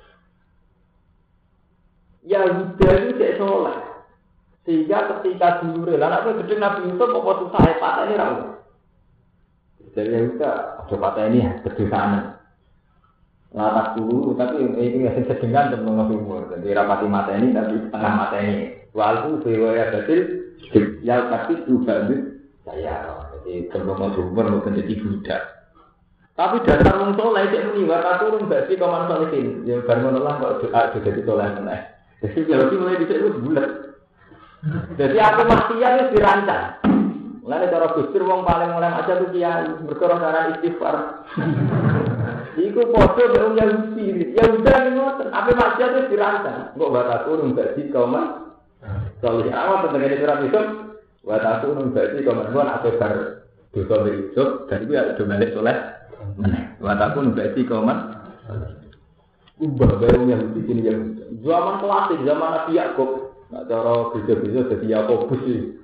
[SPEAKER 2] Yahuda itu cek soleh. Sehingga ketika dulu anaknya gede Nabi Yusuf apa susah patah ini ramu. Jadi ya kita ada patah ini ya berdosaan. Latak dulu tapi ini nggak sedengan teman Nabi umur. Jadi rapati mata ini tapi setengah mata ini. Walaupun ya betul ya tapi juga saya. Jadi teman Nabi umur bukan jadi budak. Tapi dasar orang soleh itu meniwa turun berarti kawan solehin. Yang baru menolak kok doa jadi soleh meneh. Jadi kalau mulai disebut bulat. Jadi aku maksiat itu dirancang. Mulane cara Gustur wong paling mulai aja tuh kiai, berkorong cara istighfar. Iku padha karo Yahudi. Ya udah ngoten, aku maksiat itu dirancang. Kok bataku nung dadi kaum salih awak tengene surat itu. Bataku nung dadi kaum nuwun atau bar dosa Yusuf dan iku ya do balik soleh meneh. Bataku nung dadi kaum ubah baru Yahudi ini yang zaman klasik, zaman Nabi Yakub. Nak cara bisa-bisa jadi Yakobus sih.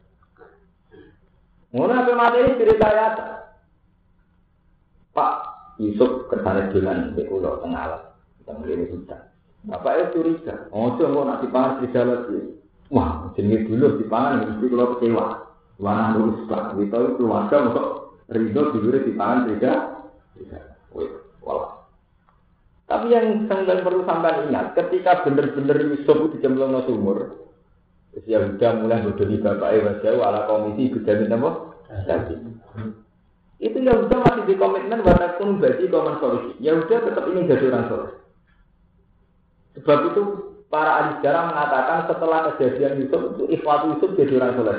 [SPEAKER 2] Ngono apa materi cerita ya? Pak Yusuf kesana jalan di pulau tengah alam, tengah ini hutan. Bapak itu curiga, kok nak dipangan serigala sih? Wah, jenis dulu dipangan mesti kalau kecewa. Warna lurus pak, kita itu keluarga untuk ridho dulu dipangan serigala. Wih, walah. Tapi yang sampai perlu sampai ingat, ketika benar-benar Yusuf dicemplung ke sumur, ya udah mulai bodohi bapaknya wajah ala komisi gedamin apa? Itu ya udah masih di komitmen watakun bagi komen solusi. Ya udah tetap ini jadi orang soleh. Sebab itu para ahli sejarah mengatakan setelah kejadian Yusuf itu ikhwat Yusuf jadi orang soleh.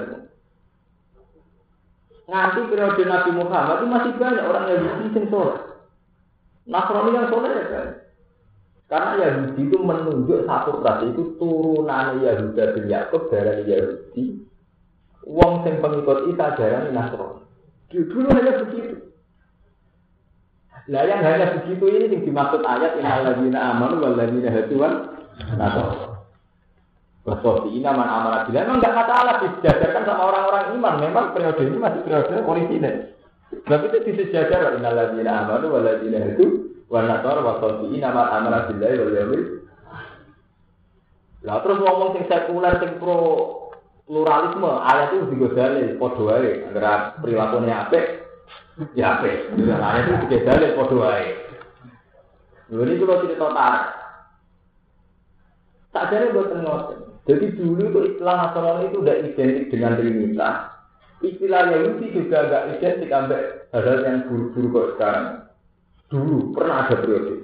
[SPEAKER 2] Nanti periode Nabi Muhammad itu masih banyak orang Yahudi yang soleh. Nasrani yang soleh ya kan? Karena Yahudi itu menunjuk satu ras itu turunan Yahuda bin Yakub dari Yahudi. Wong sing pengikut Isa darani Nasrani. Dulu hanya begitu. Lah yang hanya begitu ini yang dimaksud ayat innal ladzina amanu wal ladzina hadu wan nasara. Ini man amara billah memang enggak masalah disejajarkan sama orang-orang iman. Memang periode ini masih periode orisinil. Sebab itu disejajar innal ladzina amanu wal ladzina hadu wan nasara wa ini man amara billah wal yaumil. Lah terus ngomong sing sekuler sing pro pluralisme ayat itu digodali padha wae antara prilakune apik ya apik ayat itu digodali padha wae lho iki kula cerita tak jare boten ngoten jadi dulu itu istilah nasional itu udah identik dengan Trinitas istilah Yahudi juga agak identik sampai hal yang buruk-buruk kok sekarang dulu pernah ada periode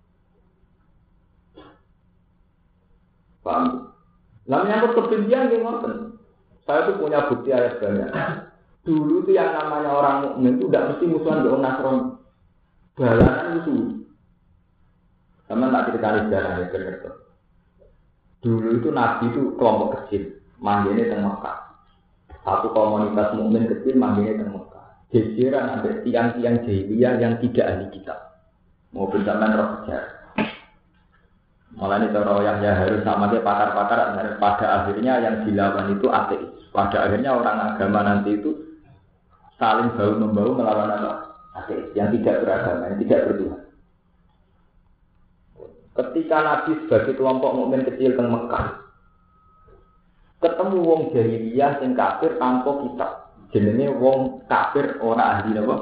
[SPEAKER 2] paham namanya kebencian yang ngoten. Saya tuh punya bukti ayat banyak. Dulu tuh yang namanya orang mukmin itu tidak mesti musuhan dengan Nasrani. Balasan musuh. Sama tak cerita sejarahnya benar. Dulu itu Nabi itu kelompok kecil, manggilnya teng Mekah. Satu komunitas mukmin kecil manggilnya teng Mekah. Jejeran ada tiang-tiang jahiliyah yang tidak ahli kitab. Mau bersamaan roh sejarah. Malah ini cara yang harus sama dia pakar-pakar pada akhirnya yang dilawan itu ateis. Pada akhirnya orang agama nanti itu saling bahu-membahu melawan apa? Ateis yang tidak beragama, yang tidak bertuhan. Ketika Nabi sebagai kelompok mukmin kecil teng Mekah ketemu wong jahiliyah sing kafir tanpa kitab. Jenenge wong kafir ora ahli apa?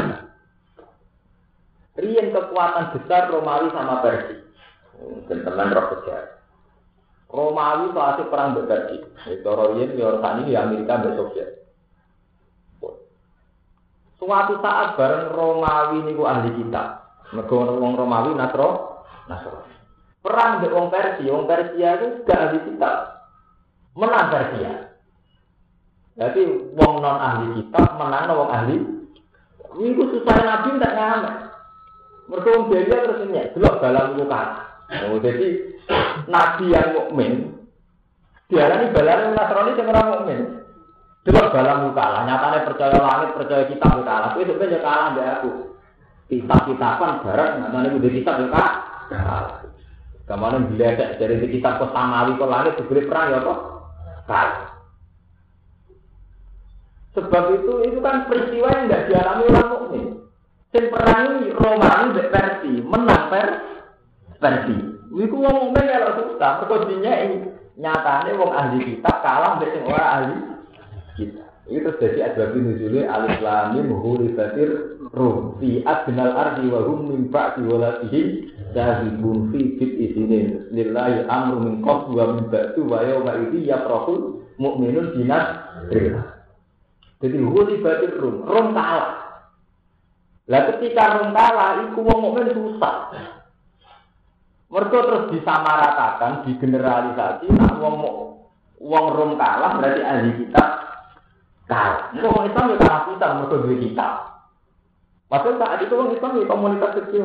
[SPEAKER 2] Riyen kekuatan besar Romawi sama Persia. Teman roh sejarah. Romawi saat perang berkati. Itu Romawi orang ini Amerika dan Soviet. Suatu saat bareng Romawi niku ahli kitab. Mergo wong Romawi Nasro. Perang dengan wong Persia itu gak ahli kitab. Menang Persia. Jadi wong non ahli kitab menang wong ahli. Iku susah Nabi tak ngamen. Mergo wong Belgia terus nyek delok dalam luka. Oh, jadi Nabi yang mukmin diarani balane Nasrani sing ora mukmin. Delok dalam kalah, nyatane percaya langit, percaya kitab kalah. Kuwi sebenarnya kalah mbek aku. Kitab-kitaban barat nyatane kudu kitab yo kalah. Kamane diledek dari kitab kok samawi kok langit diberi perang ya kok kalah. Sebab itu kan peristiwa yang enggak dialami orang mukmin. Sing perang Romawi mbek Persia, menang Persia. Iku wong mukmin ya susah, perkara dinyek nyatane wong ahli kitab kalah mbek sing ora ahli kitab. Itu terjadi asbab nuzulnya alif lam mim hulifatir rum fi adnal ardi wa hum min ba'di walatihi dahibun fi bid isinin lillahi amru min qabl wa min ba'du wa yawma idzi yafrahul mu'minun binasrillah. Jadi hulifatir rum kalah. Lah ketika rum kalah iku wong mukmin susah. Mereka terus disamaratakan, digeneralisasi, nak wong Rom kalah berarti ahli kitab kalah. Itu orang Islam ya kalah kita, mereka dua kitab. Maksudnya saat itu orang Islam ya komunitas kecil.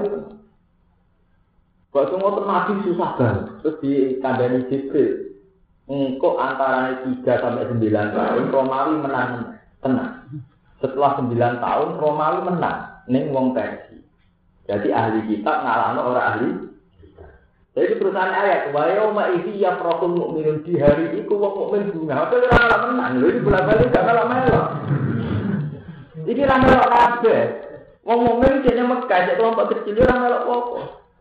[SPEAKER 2] Kalau semua ternabi susah banget, terus dikandani Jibril. Engkau antara 3 sampai 9 tahun Romawi menang tenang. Setelah 9 tahun Romawi menang, ning wong Persia. Jadi ahli kitab ngalahno orang ahli. Jadi perusahaan ayat, wa yauma idzi yafrahul mu'minun di hari iku wong mukmin bunga. Apa ora malah menang lho iki bola-bali gak malah melo. Iki ra melo kabeh. Wong mukmin dene Mekah cek kelompok kecil ora melo apa-apa.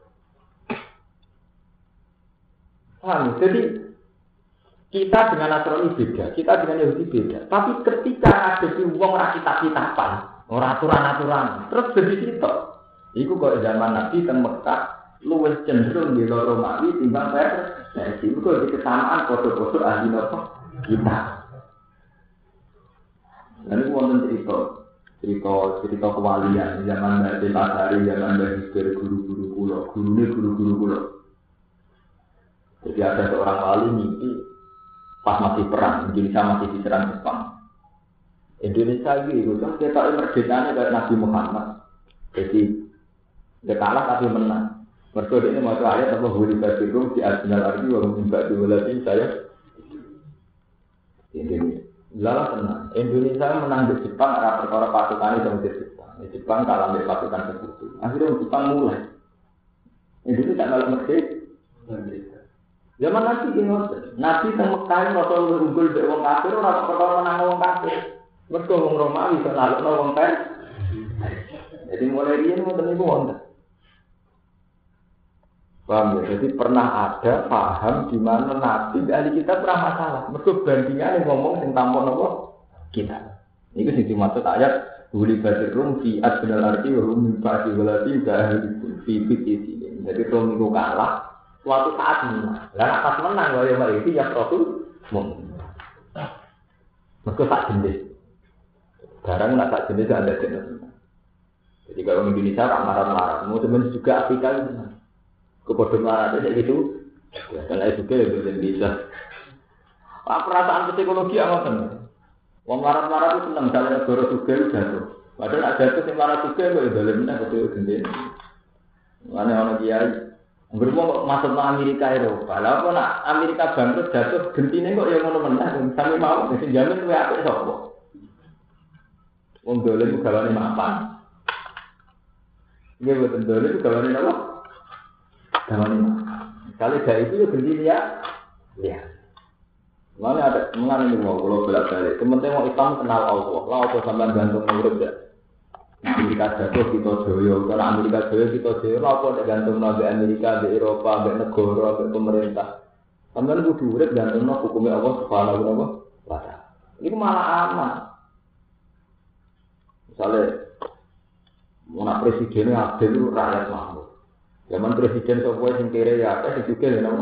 [SPEAKER 2] Jadi kita dengan Nasrani beda, kita dengan Yahudi beda. Tapi ketika ada di wong ora kitab-kitaban, ora aturan-aturan, terus jadi sitok. Iku kok zaman Nabi teng Mekah luwih cenderung di loro Romawi timbang Persia. Mergo iki kesamaan padha-padha ahli napa kita. Lalu wonten cerita kewalian zaman Mbak Pasari, zaman Mbak Hibir, guru-guru kula. Jadi ada seorang wali mimpi pas masih perang, Indonesia masih diserang Jepang. Indonesia itu kan kita merdekanya kayak Nabi Muhammad. Jadi dia kalah tapi menang. Mereka ini mau ayat apa huri basirum di Adnal Ardi wa mimba diwalatin saya Indonesia. Lalu tenang. Indonesia menang di Jepang arah perkara pasukan itu di Jepang. Di Jepang kalah di pasukan sekutu. Akhirnya Jepang mulai. Indonesia tak malah merdeka. Zaman Nabi ini Nabi teng Mekah Rasul unggul dari wong kafir ora perkara menang wong kafir. Mergo wong Romawi iso nalukno wong kafir. Jadi mulai riyen ngoten niku wonten. Paham ya? Jadi pernah ada paham di mana Nabi ahli kitab pernah masalah. Mergo bandingannya ngomong sing tampon apa kita. Niku sing dimaksud ayat Huli Basirum fi Adnal Ardi wa hum min ba'di walatin jahil fi ini. Jadi rom niku kalah suatu saat menang. Lah pas menang kaya mari iki ya Rasul mung. Mergo sak jenis. Barang nak sak jenis ada jenis. Jadi kalau Indonesia orang marah-marah, mau teman juga Afrika itu. Kepodoh marah saja gitu. Ya, kalau juga ya belum bisa. Perasaan psikologi apa kan? Wong marah-marah itu senang jalan negara juga jatuh. Padahal ada itu yang marah juga kok dalam mana betul gede. Mana orang kiai. Berumur masuk ke Amerika Eropa. Lalu kalau nak Amerika bangkrut jatuh gentine kok yang ngono menang. Sampai mau mesti jamin kowe apik sapa. Wong dolen gawane mapan. Iya betul dolen gawane apa? Kali dari itu berdiri ya. Mana ada mengenai ini mau kalau balik. Kementerian mau Islam kenal Allah. Lah apa sampai gantung murid ya. Amerika jatuh kita joyo. Karena Amerika joyo kita joyo. Lah apa ada gantung nabi Amerika, di Eropa, di negara, di pemerintah. Sampai itu murid gantung hukumnya Allah subhanahu wa ta'ala. Ini malah aman. Misalnya mau presidennya adil rakyat makmur. Zaman presiden sopoe sing kere ya apa sing juga lho.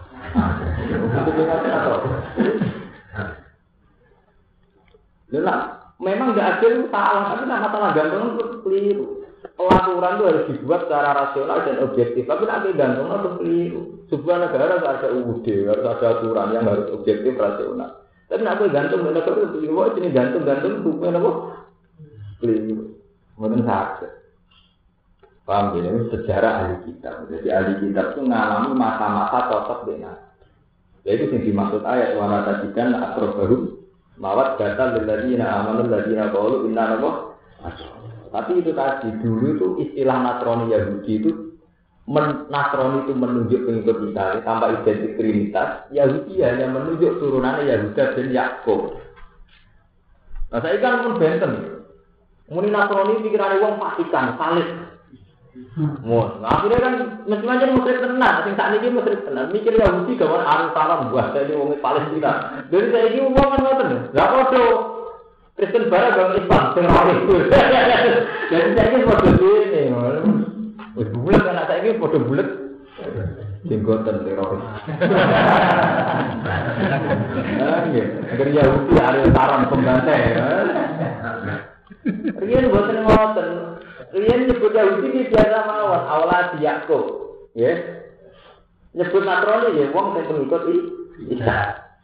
[SPEAKER 2] Nah, memang enggak adil itu salah, tapi nak masalah gantung itu keliru. Pelaturan itu harus dibuat secara rasional dan objektif, tapi nak gantung itu keliru. Sebuah negara harus ada UUD, harus ada aturan yang harus objektif rasional. Tapi nak gantung negara itu keliru, ini gantung bukan apa? Keliru. Mungkin sakit. Paham ya, ini sejarah ahli kitab. Jadi ahli kitab itu mengalami masa-masa cocok dengan. Yaitu yang dimaksud ayat wa tadikan akrobahum mawat data lilladzina amanu lilladzina qalu inna nabo. Tapi itu tadi dulu itu istilah Nasrani Yahudi itu Nasrani itu menunjuk pengikut Isa tanpa identik trinitas. Yahudi hanya menunjuk turunannya Yahuda dan Yakub. Nah saya kan pun benten. Muni Nasrani pikirannya wong Vatikan, salib. Akhirnya kan mesti aja musyrik tenan, sing sak niki musyrik tenan. Mikir Yahudi gawan Yerusalem buat jadi wong Palestina. Dari saiki wong kan ngoten. Lah padha Kristen bareng gawan Islam sing ora iku. Jadi saiki padha dene. Wis bulet kan saiki padha bulet. Jenggoten teroris. Nah, nggih. Agar Yahudi are sarang pembantai. Riyen boten ngoten. Riyen nyebut Yahudi iki biasa mawon, awala Yakub, ya. Nyebut Nasrani ya wong sing pengikut Isa.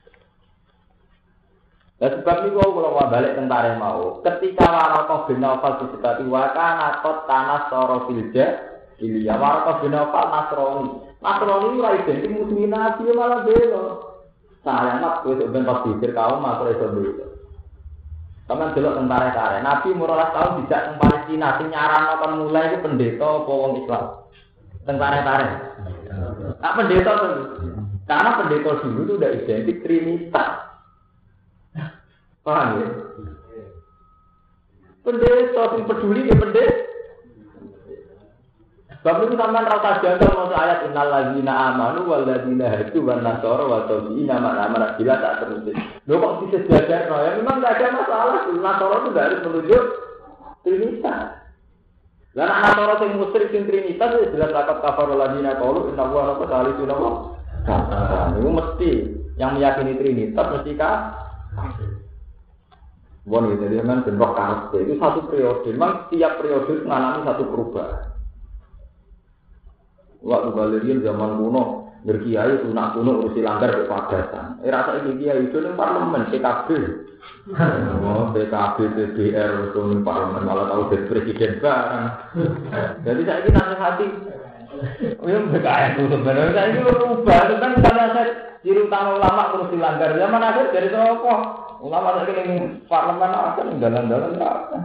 [SPEAKER 2] Lah sebab niku kula balik tentare mau. Ketika Waraqah bin Nawfal disebati wa kana tanah soro filja, iya Waraqah bin Nawfal Nasrani. Nasrani ora identik musuh Nabi malah bela. Saya nak kowe ben pas pikir kaum masalah iso bela. Kamu delok tentara-tentara. Nabi 15 tahun dijak teng Palestina, sing nyaranno kon mulai itu pendeta apa wong Islam. Tentara-tentara. Nah, pendeta tuh. Karena pendeta dulu itu udah identik trinitas. Paham ya? Pendeta sing peduli ya pendeta. Sebab itu sampean ra usah janggal maksud ayat innal ladzina amanu wal ladzina hadu wan nasara wa tabi'ina man bila tak terus. Lho kok bisa jajar ya memang enggak ada masalah. Nasara itu enggak harus menunjuk trinitas. Lah anak Nasara sing musyrik sing trinitas wis jelas lakat kafarul ladina qalu inna huwa rabbul aliyyun wa. Itu mesti yang meyakini trinitas mesti kafir. Bon gitu, jadi memang bentrok kafe itu satu periode. Memang tiap periode mengalami satu perubahan. Waktu Galerian zaman kuno berkiai tunak kuno urusi langgar ke Padatan. Rasa ini kiai itu nih parlemen PKB. Oh PKB PBR itu nih parlemen malah tahu jadi presiden barang. Jadi saya ini nasihati. Oh yang PKB itu sebenarnya saya ini berubah. Itu kan misalnya saya ciri utama ulama urusi langgar zaman akhir dari apa? Ulama lagi yang parlemen akan jalan-jalan apa?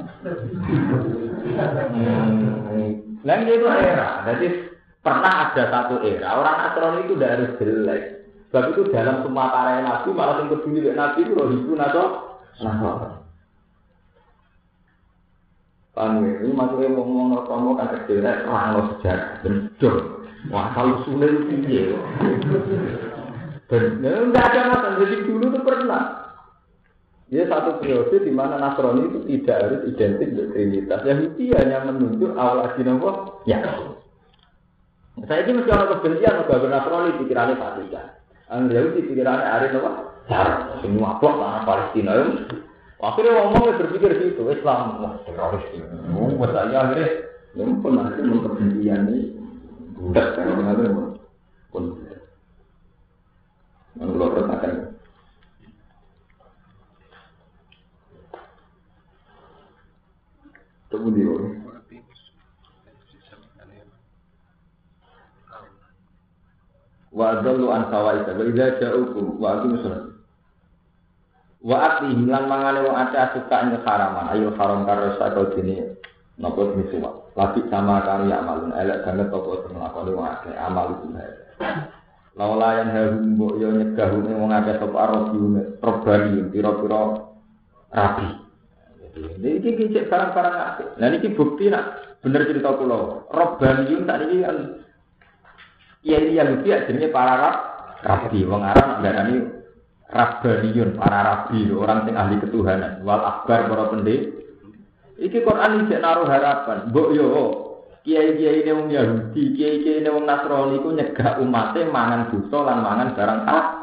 [SPEAKER 2] Lain itu era. Jadi pernah ada satu era orang Nasrani itu tidak harus jelek. Sebab itu dalam semua karya Nabi malah yang peduli dengan Nabi itu roh itu Nasrani. Paham ya? Ini maksudnya ngomong kan kecilnya orang sejarah bencor. Wah kalau sulit itu benar. Tidak ada masalah. Jadi dulu itu pernah. Dia satu periode di mana Nasrani itu tidak harus identik dengan Trinitas. Yahudi hanya menunjuk awal adinawah. Ya. Saya ini mesti orang kebencian kalau Nasrani pikirannya Vatikan. Yahudi pikirannya Arinawah. Ya, semua blok tanah Palestina itu. Akhirnya ngomong berpikir gitu, Islam wah teroris itu. Buat saya akhirnya, pun nanti kebencian ini budak kan orang pun. Mengeluh retakan. Tunggu di sini. Wa dzallu an sawaita wa idza ja'ukum wa aqim shalat. Wa atihim lan mangane wong aceh suka ing haraman ayo haram karo sakal dene napa misuwa. Lagi sama karo ya amalun elek banget apa sing nglakoni wong akeh amal itu. Laulayan harum mbok yo nyegahune wong akeh sapa robani pira-pira rabi. Jadi ini cek barang-barang asli. Nah ini bukti nak bener cerita pulau. Robbaniyun tadi ini kan kiai Yahudi akhirnya para rabi. Wong Arab ngarani Rabbaniyun para rabi, orang yang ahli ketuhanan. Wal akbar para pendek. Iki Quran iki naruh harapan. Mbok yo kiai-kiai ini wong Yahudi, kiai-kiai ini wong Nasrani iku nyegah umate mangan dosa lan mangan barang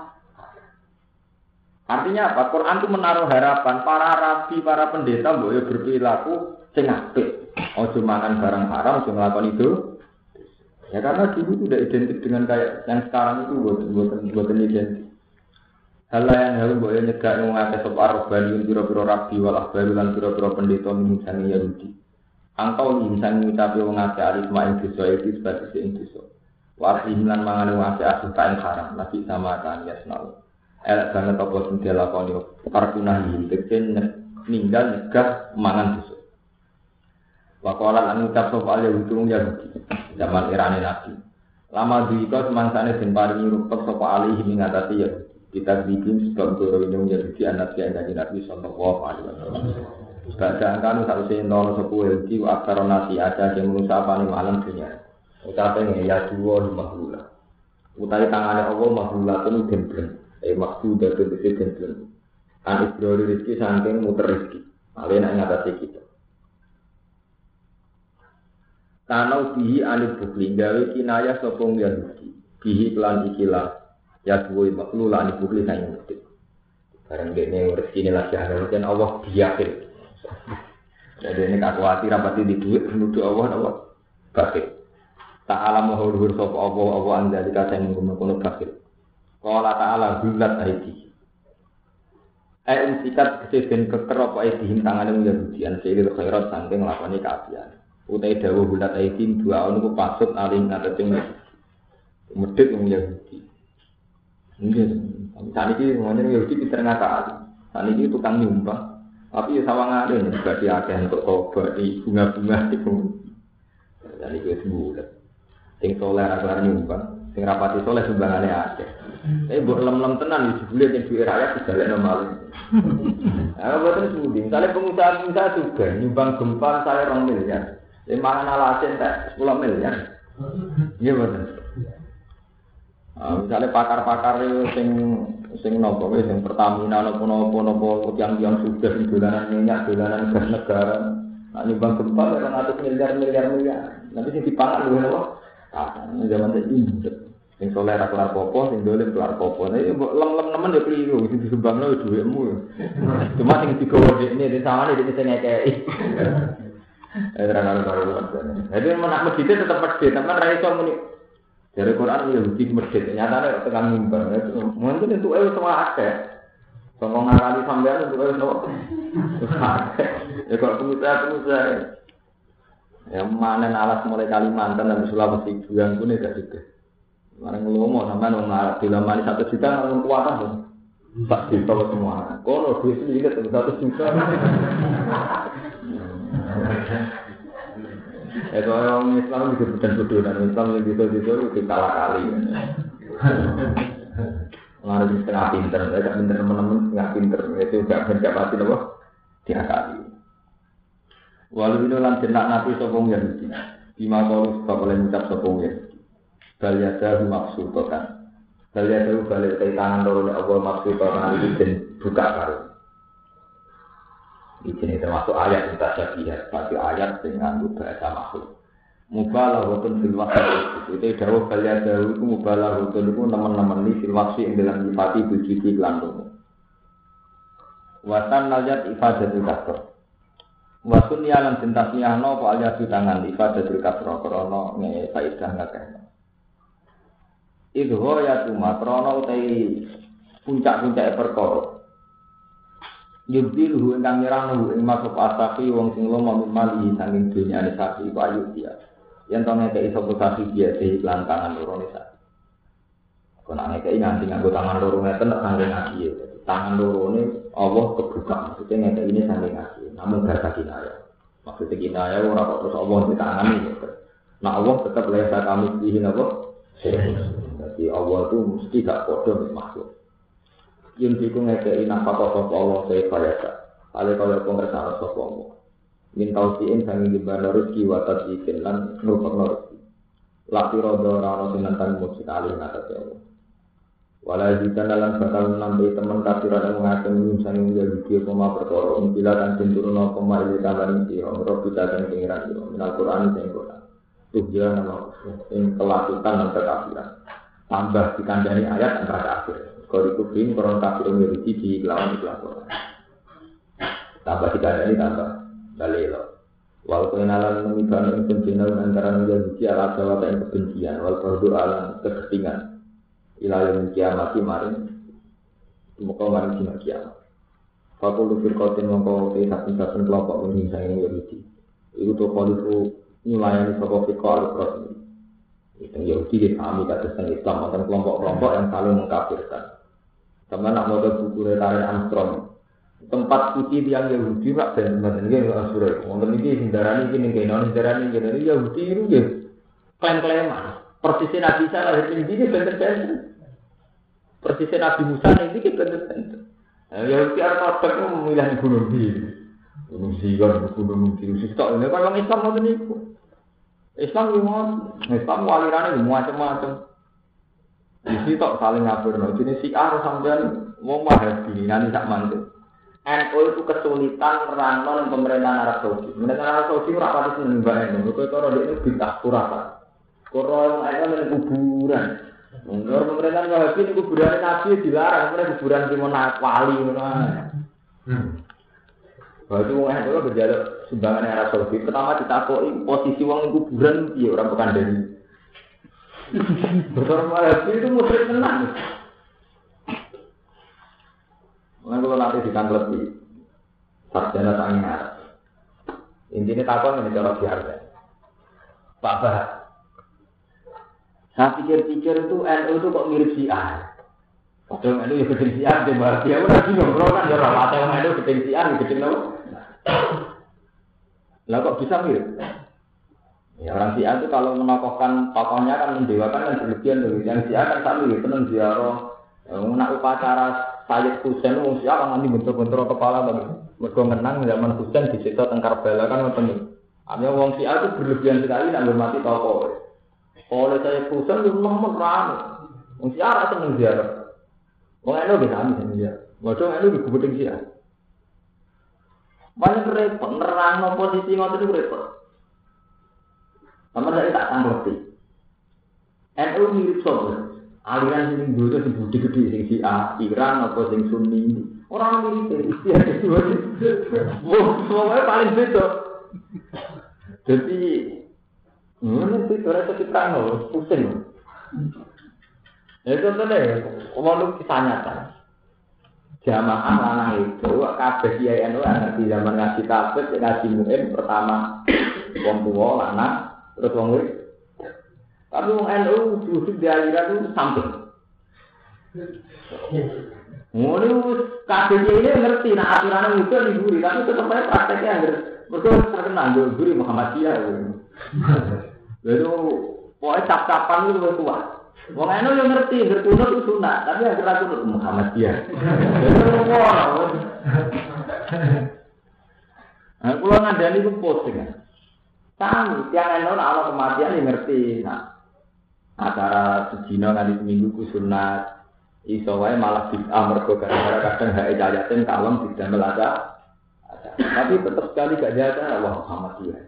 [SPEAKER 2] Artinya apa? Quran itu menaruh harapan para rabi, para pendeta boleh berperilaku sing apik. Ojo mangan barang haram, ojo nglakoni itu. Ya karena dulu itu udah identik dengan kayak yang sekarang itu buatan identik. Hal lain harus boleh nyegah yang ngake sop arobaniun pira-pira rabi walah barulan pira-pira pendeta misalnya Yahudi. Angkau misalnya ngucapi wong ngake alif ma'in dosa itu sebagai seing dosa. Warhim lan mangan wong ngake asuh kain haram. Nabi sama kan yasnau. Elak banget apa sing dilakoni karpunah tegese ninggal nyegah mangan dosa. Waqala lan ngucap sapa Yahudi zaman irane Nabi. Lama diika semangsane den paringi rupek sapa alih ing ngatasi ya kita bikin sebab guru ini Yahudi anak yang Nabi sallallahu alaihi wasallam. Kadang kan sausé nol sapa Yahudi wa akaronati ada sing ngusapane malam dunya. Ucape ya duwa mahula. Utahe tangane Allah mahulatun den maksud dari presiden kan isbrori rezeki saking muter rezeki malah nak ngatasi kita tanau bihi alif bukli gawe kinaya sopong Yahudi bihi klan ikilah ya duwe makhluk lan bukli saking muter bareng dene rezeki ini lagi ada dan Allah biakil jadi ini tak khawatir rapati di duit menuduh Allah bakil tak alam mahur sapa Allah anda dikasih menggunakan bakil. Qala ta'ala hulat aidi. Sikat keseden keker apa aidihim tangane Yahudian siril khairat saking lakoni kaapian. Utai dawuh hulat aidi dua niku pasut aling ngatasi medhit wong Yahudi. Nggih. Saniki ngene Yahudi pinter ngakak. Saniki tukang nyumbang. Tapi ya sawangane berarti akeh untuk tobat di bunga-bunga iku. Saniki wis bulat. Sing saleh ora nyumbang, sing rapati saleh sumbangane akeh. Mbok lem-lem tenan iki jebule ning duwe rakyat dijalekno malih. Ah boten sudi. Misale pengusaha juga nyumbang gempa saya 2 miliar. Mangan alasen tak 10 miliar. Iya boten. Misale pakar-pakar sing nopo wis sing Pertamina napa-napa yang sudah dolanan minyak, dolanan gas negara. Nah, nyumbang gempa kan atas miliar. Nanti sing dipangan lho apa? Ah, zaman saiki sing soleh ra kelar popo, sing dolim kelar popo. Nek mbok lem-lem nemen ya kliru, sing disumbangno dhuwitmu. Cuma sing digowo dekne disawani dekne sing ngekeki. Terang-terang. Jadi menak masjid tetap masjid, tapi ra iso muni. Dari Quran ya di masjid, nyatane tekan mimbar. Mungkin itu semua akeh. Songong ngakali sampean untuk ya kok pengusaha ya mana alas mulai Kalimantan dan Sulawesi bulan pun tidak juga. Orang ngelomo sampean wong Arab dilamani 1 juta orang kuat kan. Tak ditawa semua. Kono duit sedikit 1 juta. Itu orang Islam juga bukan bodoh dan Islam yang itu kalah kali. Mengarah setengah pinter, saya pinter teman-teman setengah pinter itu gak pasti loh dia kali. Walau itu lan jenak nabi sopong Yahudi, bima kalau sebab oleh mengucap sopong Yahudi. Baliada maksudkan, baliada balik dari tangan dorongnya Allah maksudkan itu dan buka baru. Ini termasuk ayat kita syafiat, satu ayat dengan bahasa makhluk. Mubalah wotun fil waqti itu dawuh kalian dawuh itu mubalah wotun itu teman-teman ini fil waqti yang dalam sifati bujiti kelantung watan naljat ifadatul kasro wasun yalan jentasnya no po alias di tangan ifadatul kasro krono nge faidah ngakeh itu ya cuma krono utai puncak-puncak perkara yubdiluhu ingkang nyerang ing masuk asafi wong sing lomo mimali saking dunyane sapi iku ayu dia yen to nek iso posasi dia di iklan tangan loro ne sapi kono nek nganti nganggo tangan loro ngeten nek kanggo ngaji tangan loro ne Allah kebuka maksudnya nek ini saking ngaji namun gak kinaya maksudnya kinaya ora kok terus Allah di tangan iki nah Allah tetap lesa kami dihin apa jadi Allah itu mesti gak padha makhluk yen iku ngekeki nafkah sapa Allah saya kaya kaya pengertian sapa Allah min tausiin sangi gimana rezeki wa tadbikin lan ngrupekno rezeki lati rodo ora sing nentang mung sekali ngatas Allah wala jikan dalam bakal nampi teman kafiran yang mengaku sangi Yahudi pema perkara umpila kan cinturono pema ili tambahan iki ora bisa kan pengiran iki minal Quran sing Quran tuh dia nama sing kelakukan dan kekafiran tambah dikandani ayat antara kafir kalau dikubing orang kafir Yahudi di lawan Quran tambah dikandani tambah dalil wal kenalan memikan kebencian antara Yahudi ala Jawa dan kebencian wal kaudu ala keketingan ilahi kiamat maring muka maring dina kiamat fakul firqatin mongko saben-saben kelompok menyingsang Yahudi itu to poliku nyulayani sapa firqa al-Qur'an itu Yahudi di kami kados Islam wonten kelompok-kelompok yang saling mengkafirkan sama nak maca buku Retare Armstrong tempat suci yang Yahudi rak ben nggih asure wonten iki hindarani iki ning kene hindarani kene Yahudi itu nggih klaim-klaiman persis Nabi Isa lahir ning iki bener-bener persis Nabi Musa ning iki bener-bener Yahudi arep memilih gunung gunung Sion gunung Tirus tok ini kan Islam ngoten niku Islam walirane macam-macam isi tok saling ngapurno jenis Syiah sampean wong Wahabi nanti sak mantu NU itu kesulitan merangkul pemerintahan Arab Saudi. Pemerintahan Arab Saudi ora pati seneng bae ngono. Kowe karo dekne bintah ora. Koro ae nang kuburan. Mundur pemerintahan Wahabi niku kuburan Nabi dilarang, mereka kuburan Simon Wali ngono ae. Waktu wong NU berjaluk sumbangan Arab Saudi, pertama ditakoki posisi wong ning kuburan piye ora bukan dari. Betul Wahabi itu musyrik tenan. Kalau nanti ditanggapi sarjana tangi Arab, intinya takon ini cara biasa. Pak Bah, saya pikir-pikir itu NU itu kok mirip Syiah. Padahal NU ya gedeng Syiah, dia udah bingung, bro kan ya orang atau NU gedeng Syiah, gedeng apa? Lah kok bisa mirip? Ya orang Syiah itu kalau menaklukkan tokohnya kan mendewakan dan berlebihan dulu. Yang Syiah kan sami tenang ziarah, nak upacara Sayyid Husain wong Syiah nganti bentur-bentur kepala to. Mergo menang zaman Husain disiksa teng Karbala kan ngoten. Artinya wong Syiah itu berlebihan sekali nak hormati tokoh. Oleh Sayyid Husain lu nemen rame. Wong Syiah ora seneng ziarah. Wong NU ge sami seneng ziarah. Modho NU digubedeng Syiah. Banyak repot, nerang posisi ngotot itu repot. Sama saya tak tanggapi. NU mirip sobat. Aliran sing dulu sing budi gede sing si A, Iran apa sing Sunni. Orang mirip istilah itu. Pokoknya paling beda. Jadi, ini sih orang sekitar pusing. Ya contohnya, ngomong kisah nyata. Jamaah lanang itu, kabeh kiai NU di zaman ngaji tafsir, ngaji muin pertama wong tua lanang, terus wong wedok. Tapi wong NU justru di aliran itu samping. Ngono kabeh kiai ini ngerti, nah aturannya itu diburi, tapi tetap aja prakteknya nggak. Mereka terkenal diburi Muhammadiyah. Lalu, pokoknya cap-capan itu lebih kuat. Wong anu yo ngerti, bertunut itu sunat, tapi yang kira tunut Muhammadiyah. Nah, kalau ngandani itu posting. Sami, tiang anu Allah kematian yang ngerti. Nah, acara sejina nganti seminggu ku sunat, iso wae malah bid'ah mergo gara-gara kadang hae cayaten kalem tidak melaca. Tapi tetap sekali gak jaga wah Muhammadiyah.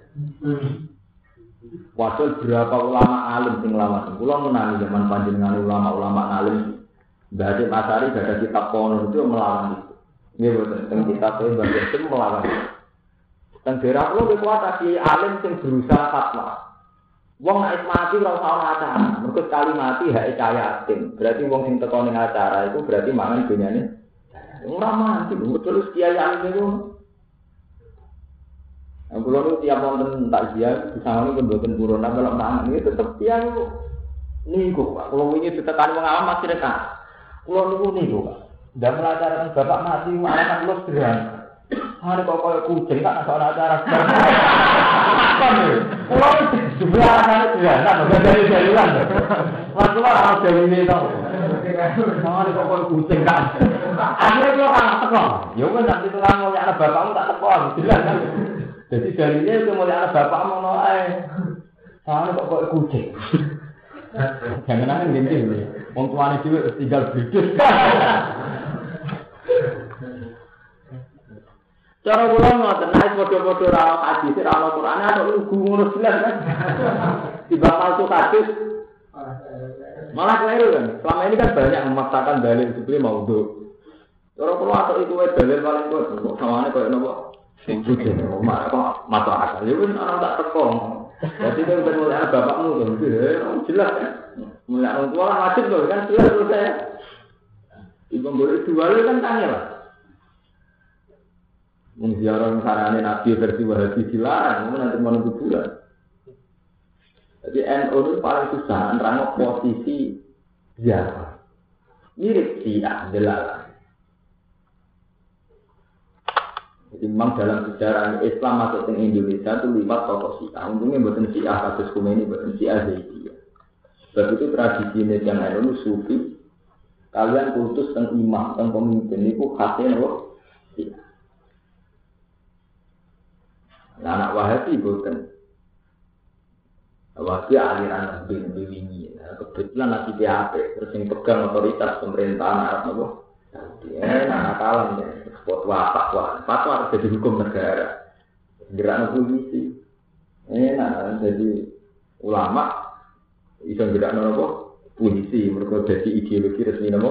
[SPEAKER 2] Wasil berapa ulama alim sing lama. Kula menangi zaman panjenengan ulama-ulama alim. Mbah Hasyim Asy'ari ada kitab kono itu melawan itu. Nggih boten teng kitab e Mbah Hasyim melawan. Teng daerah kula kuwi lagi alim sing berusaha fatwa. Wong nek mati ora usah ana acara. Mergo sekali mati hak cayatin. Berarti wong sing teko ning acara itu berarti mangan dunyane. Ora mati, betul kiai alim itu. Kalau itu tiap nonton takziah, misalnya pun buatan corona kalau tangan ini tetap tiang nih kok. Kalau ini ditekan mengawal masih dekat. Kalau itu nih kok. Dan melajarkan bapak mati malah lu sederhana. Hari kok kayak kucing tak soal acara. Apa nih? Kalau itu sebelah anak sederhana, bukan dari luar. Lalu orang dari ini tahu. Hari kok kayak kucing kan. Akhirnya dia orang teko. Ya kan nanti tuh kamu yang anak bapakmu tak teko, jelas kan. Jadi dari ini itu mulai anak bapak mau noai, soalnya kok kucing. Jangan nanti gini nih, orang tuanya juga tinggal berdua. Cara pulang ngoten, naik bodoh-bodoh rawat hadis, rawat Quran, ada lugu ngurus jelas kan? Tiba palsu hadis, malah keliru kan? Selama ini kan banyak memaksakan dalil sebelum maudhu. Cara pulang atau itu dalil paling kuat, sama kayak nopo. Kucing, mak kok masuk akal. Ya kan orang tak tekong. Jadi kan mulai bapakmu tuh, jelas kan. Mulai orang tua kan wajib tuh kan jelas tuh saya. Ibu boleh jual kan tanya lah. Mengziarah sarane Nabi versi Wahabi dilarang, nanti menunggu bulan. Jadi NU itu paling susah nerangno posisi ziarah. Mirip Syiah adalah. Jadi memang dalam sejarah Islam masuk ke Indonesia itu lewat tokoh Syiah. Untungnya bukan Syiah kasus Khomeini, bukan Syiah Zaidiyah. Sebab itu tradisi yang NU Sufi, kalian kultus tentang imam, tentang pemimpin itu khasnya loh Syiah. Nah, anak Wahabi bukan. Wahabi aliran bin ini. Kebetulan lagi PHP, terus yang pegang otoritas pemerintahan Arab nopo. Nah, kalah ya. Fatwa harus jadi hukum negara. Gerakan polisi. Nah, jadi ulama bisa gerakan apa? Polisi. Mereka jadi ideologi resmi apa?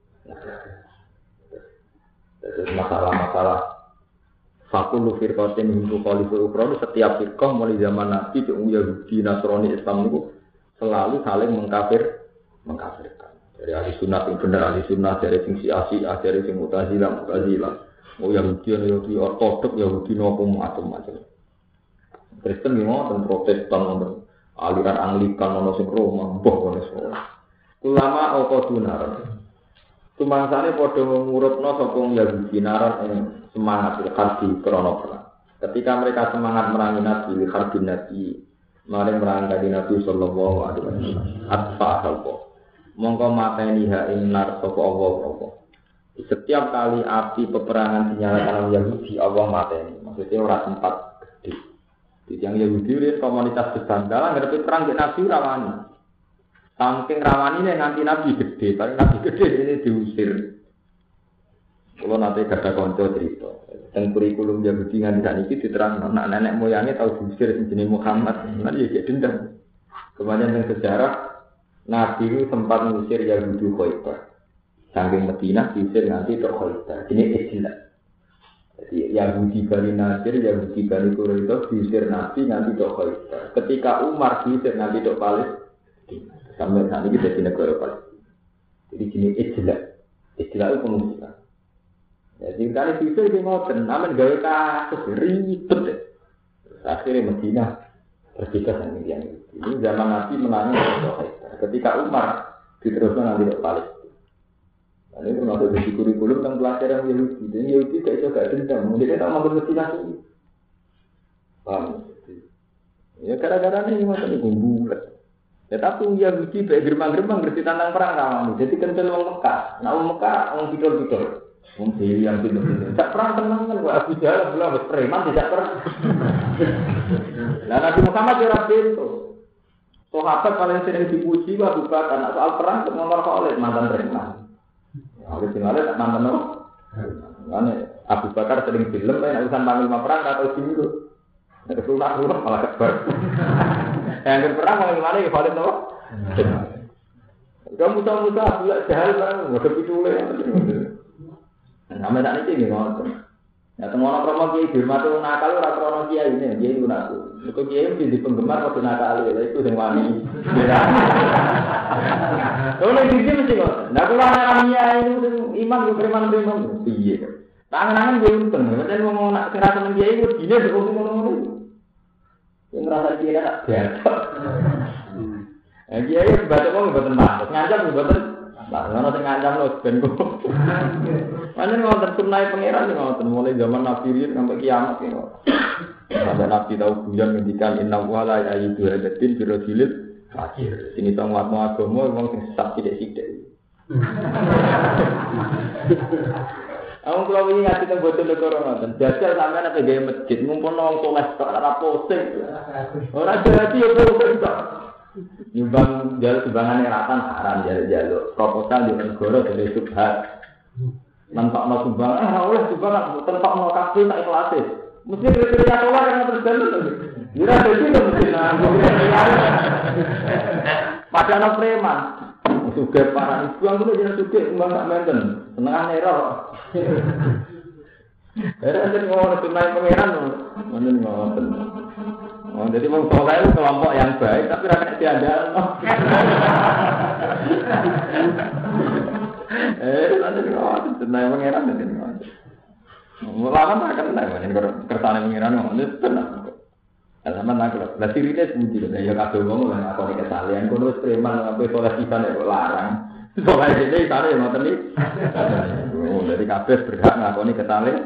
[SPEAKER 2] Terus masalah-masalah fakul firqatin hingga khalifah ukra setiap firqah mulai zaman Nabi ke Yahudi, Nasrani, Islam itu selalu saling mengkafirkan. Dari ahli sunnah yang benar, ahli sunnah dari sing Syiah, dari sing Mu'tazilah. Oh Yahudi ortodok, Yahudi nopo macam-macam. Kristen memang dan Protestan, aliran Anglikan, nono sing Roma, boh kono semua. Ulama okodunar. Tumangsane padha ngurutno sapa Yahudi naran semangat harbi krana perang. Ketika mereka semangat merangi Nabi, harbi Nabi, mari merangi Nabi sallallahu alaihi wasallam. Atfa mongko mateni ha ing nar sapa Allah. Setiap kali api peperangan dinyalakan oleh Yahudi, Allah mateni. Maksudnya ora sempat gede. Jadi yang Yahudi itu komunitas besandalan ngerti perang di Nabi rawani. Saking rawani nganti Nabi gede, paling Nabi gede ini diusir. Kalau nanti gada konco cerita. teng kurikulum Yahudi nganti sakniki diterangno nek nenek moyangnya tau diusir jenenge Muhammad. Lan ya gek dendam. Kemudian teng sejarah Nabi itu sempat mengusir Yahudi Khaibar. Saking Madinah diusir nganti tok Khaibar. Ini istilah. Jadi Yahudi Bani Nadir, Yahudi Bani Quraisy diusir Nabi nganti tok Khaibar. Ketika Umar diusir nganti tok Palestina. Sampai saat ini kita di negara Palestina. Jadi jenis istilah. Istilah itu pengusiran. Jadi kali diusir di ngoten, namun gawe kasus ribet. Akhirnya Madinah berbeda dengan yang ini. Ini zaman Nabi menangis tok Khaibar. Ketika Umar diteruskan nanti tok Palestina. Ini termasuk di kurikulum tentang pelajaran Yahudi. Jadi Yahudi tidak bisa gak dendam. Mungkin tak mampu destinasi. Paham? Ya gara-gara ini macam gumbulan. Ya tapi Yahudi baik gerbang-gerbang berarti tantang perang kawan. Jadi kental orang Mekah. Nah orang Mekah orang bidol-bidol. Orang Beli yang bidol-bidol. Tak perang tenang kan. Abu Jahal bilang preman tidak perang. Nah Nabi Muhammad ya Rabbi itu. Sahabat paling sering dipuji Abu Bakar. Nah soal perang ngomong Khalid mantan preman. Oleh sinale tak mantan no. Karena Abu Bakar sering film kan urusan panglima perang atau singgung. Ada keluar malah kabar. Yang perang panglima ini Khalid no. Kamu tahu Abu Jahal kan enggak kepitule. Sampai saat ini ngono. Ya temono promo kiai dihormati wong nakal ora krono kiai ini, kiai ku naku. Iku kiai mesti di penggemar kok nakal lha iku sing wani. Ono iki mesti kok. Nah kula ana kiai itu iman ku preman-preman piye. Tangan-tangan yo untung, nek wong nak sing ra seneng kiai ku dine kok ngono-ngono. Sing ngrasa kiai tak biasa. Kiai baca kok mboten mantes, ngancam mboten. Lah ono sing ngancam lho ben kok. Panen wonten sunnahe pangeran ngoten mulai zaman Nabi riyen sampai kiamat iki. Sampai Nabi tahu guyon ngendikan inna wala ayyuhu hadatin birajulil fakir. Sing iso nguatno agama wong sing sesat sithik-sithik. Aku kula wingi ngaji teng Bojonegoro ngoten. Jajal sampeyan apa gawe masjid ngumpulno wong saleh tok ora pusing. Ora jadi yo pusing tok. Nyumbang jaluk sumbangan ratan haram jaluk proposal di negara dari subhat. Nantokno sumbangan, oleh sumbangan tentokno kabeh tak ikhlas. Mesti kriteria keluar yang terjadi. Ora dadi mesti nang. Padahal preman. Sugih para ibu aku jeneng sugih mbah sak menten. Senengan error. Era sing ngono tunai pangeran ngono ngoten. Oh, jadi wong saleh itu kelompok yang baik tapi ra kena diandalno. Nanti ngoten tunai pangeran nanti ngoten. Mulawan tak kena kersane pangeran ngono tenang. Alaman aku lah sirine sepundi lho ya kabeh wong lan aku nek kesalehan kono wis preman sampe saleh pisan kok larang. Saleh dene isane ngoten iki. Oh, jadi kabeh berhak ngakoni kesalehan.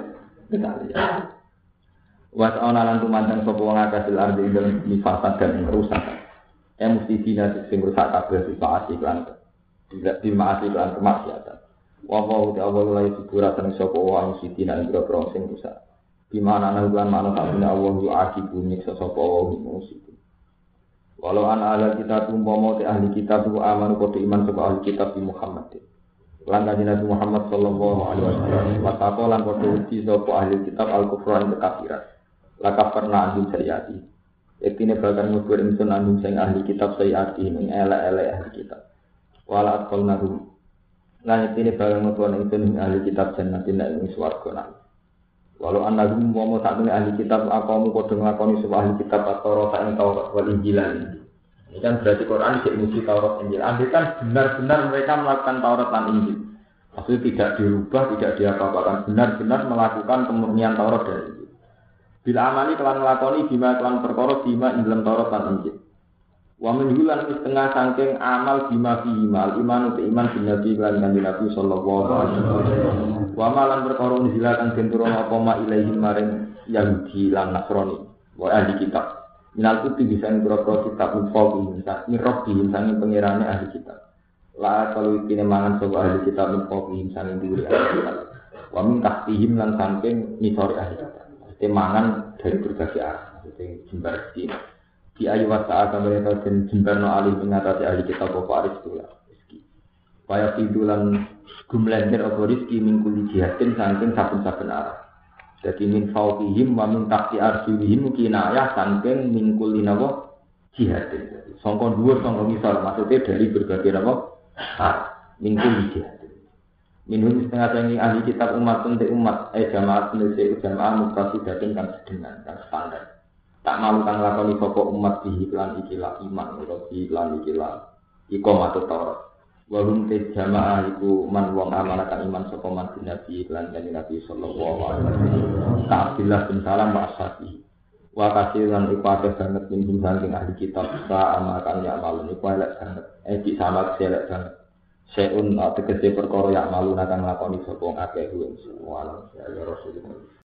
[SPEAKER 2] Was ana lan tumandang sapa wong akasil ardi ing nifasat dan rusak. Mesti dina sing rusak kabeh dipaati lan tidak dimaati lan kemaksiatan. Wa wa ta'ala la yukuratan sapa wong sidina ing grobro sing rusak. Di mana ana bulan mana sabune Allah yu akibu nyiksa sapa wong musik. Walau ana ala kita umpama te ahli kitab wa amanu qad iman sapa ahli kitab di Muhammad. Lan kanjeng Nabi Muhammad sallallahu alaihi wasallam wataqo lan padha uji sapa ahli kitab al-kufran kekafiran. Laka pernah anjing sayati. Yaktine bakal ngubur ingsun anjing sing ahli kitab sayati ing elek-elek ahli kitab. Wala atqalnahum. Lan yaktine bakal ngubur ingsun ahli kitab jannatin ing swarga. Walau anagum mau satu ahli kitab akamu kau dengar kau ni sebuah ahli kitab atau Taurat yang Taurat wal Injilan. Ini kan berarti Quran tidak muji Taurat Injil. Andai kan benar-benar mereka melakukan Taurat dan Injil. Maksudnya tidak dirubah, tidak diapa-apakan. Benar-benar melakukan kemurnian Taurat dan Injil. Bila amali kelan melakoni bima kelan perkara bima ing dalam Taurat dan Injil. Wa menjulan setengah sangking amal bima fihimal iman uti iman bin Nabi lan kanjeng Nabi sallallahu alaihi wasallam. Wa malan perkara dilakan genturon apa ma ilaihim maring Yahudi lan Nasrani wa ahli kitab. Minal kuti bisa ngro-ngro kitab mufaqih mirrobi sange pengirane ahli kitab. La kalau iki mangan sapa ahli kitab mufaqih sange diri ahli kitab. Wa min tahtihim lan sangking nisori ahli kitab. Mangan dari berbagai arah, jadi jembar sini. Di ayat saat mereka jembarno alih mengatasi ahli kitab apa arisula rezeki. Kaya tidulan gumlender apa rezeki mingkuli jihadin saking saben-saben arah. Jadi min fawqihim wa min tahti arjulihim kinayah saking min kulli napa jihad. Sangka dhuwur sangka ngisor maksudnya dari berbagai napa min kulli jihad. Minhum setengah tinggi ahli kitab umat untuk umat jamaah penulis jamaah muqtasidatin kan sedengan kan standar. Tak malu kang lakoni sapa umat diiklan ikilah iman utawa diiklan ikilah iqamatul Taurat. Wa hum jamaah iku man wong amanatan iman sapa man nabi iklan kanjeng Nabi sallallahu alaihi wasallam. Ka'abdillah bin Salam wa ashabi. Wa kasiran iku akeh banget minhum saking ahli kitab sa amakan ya malun iku elek banget. Di sama elek banget. Seun tegese perkara ya malu kang lakoni sapa akeh wong semua ya Rasulullah.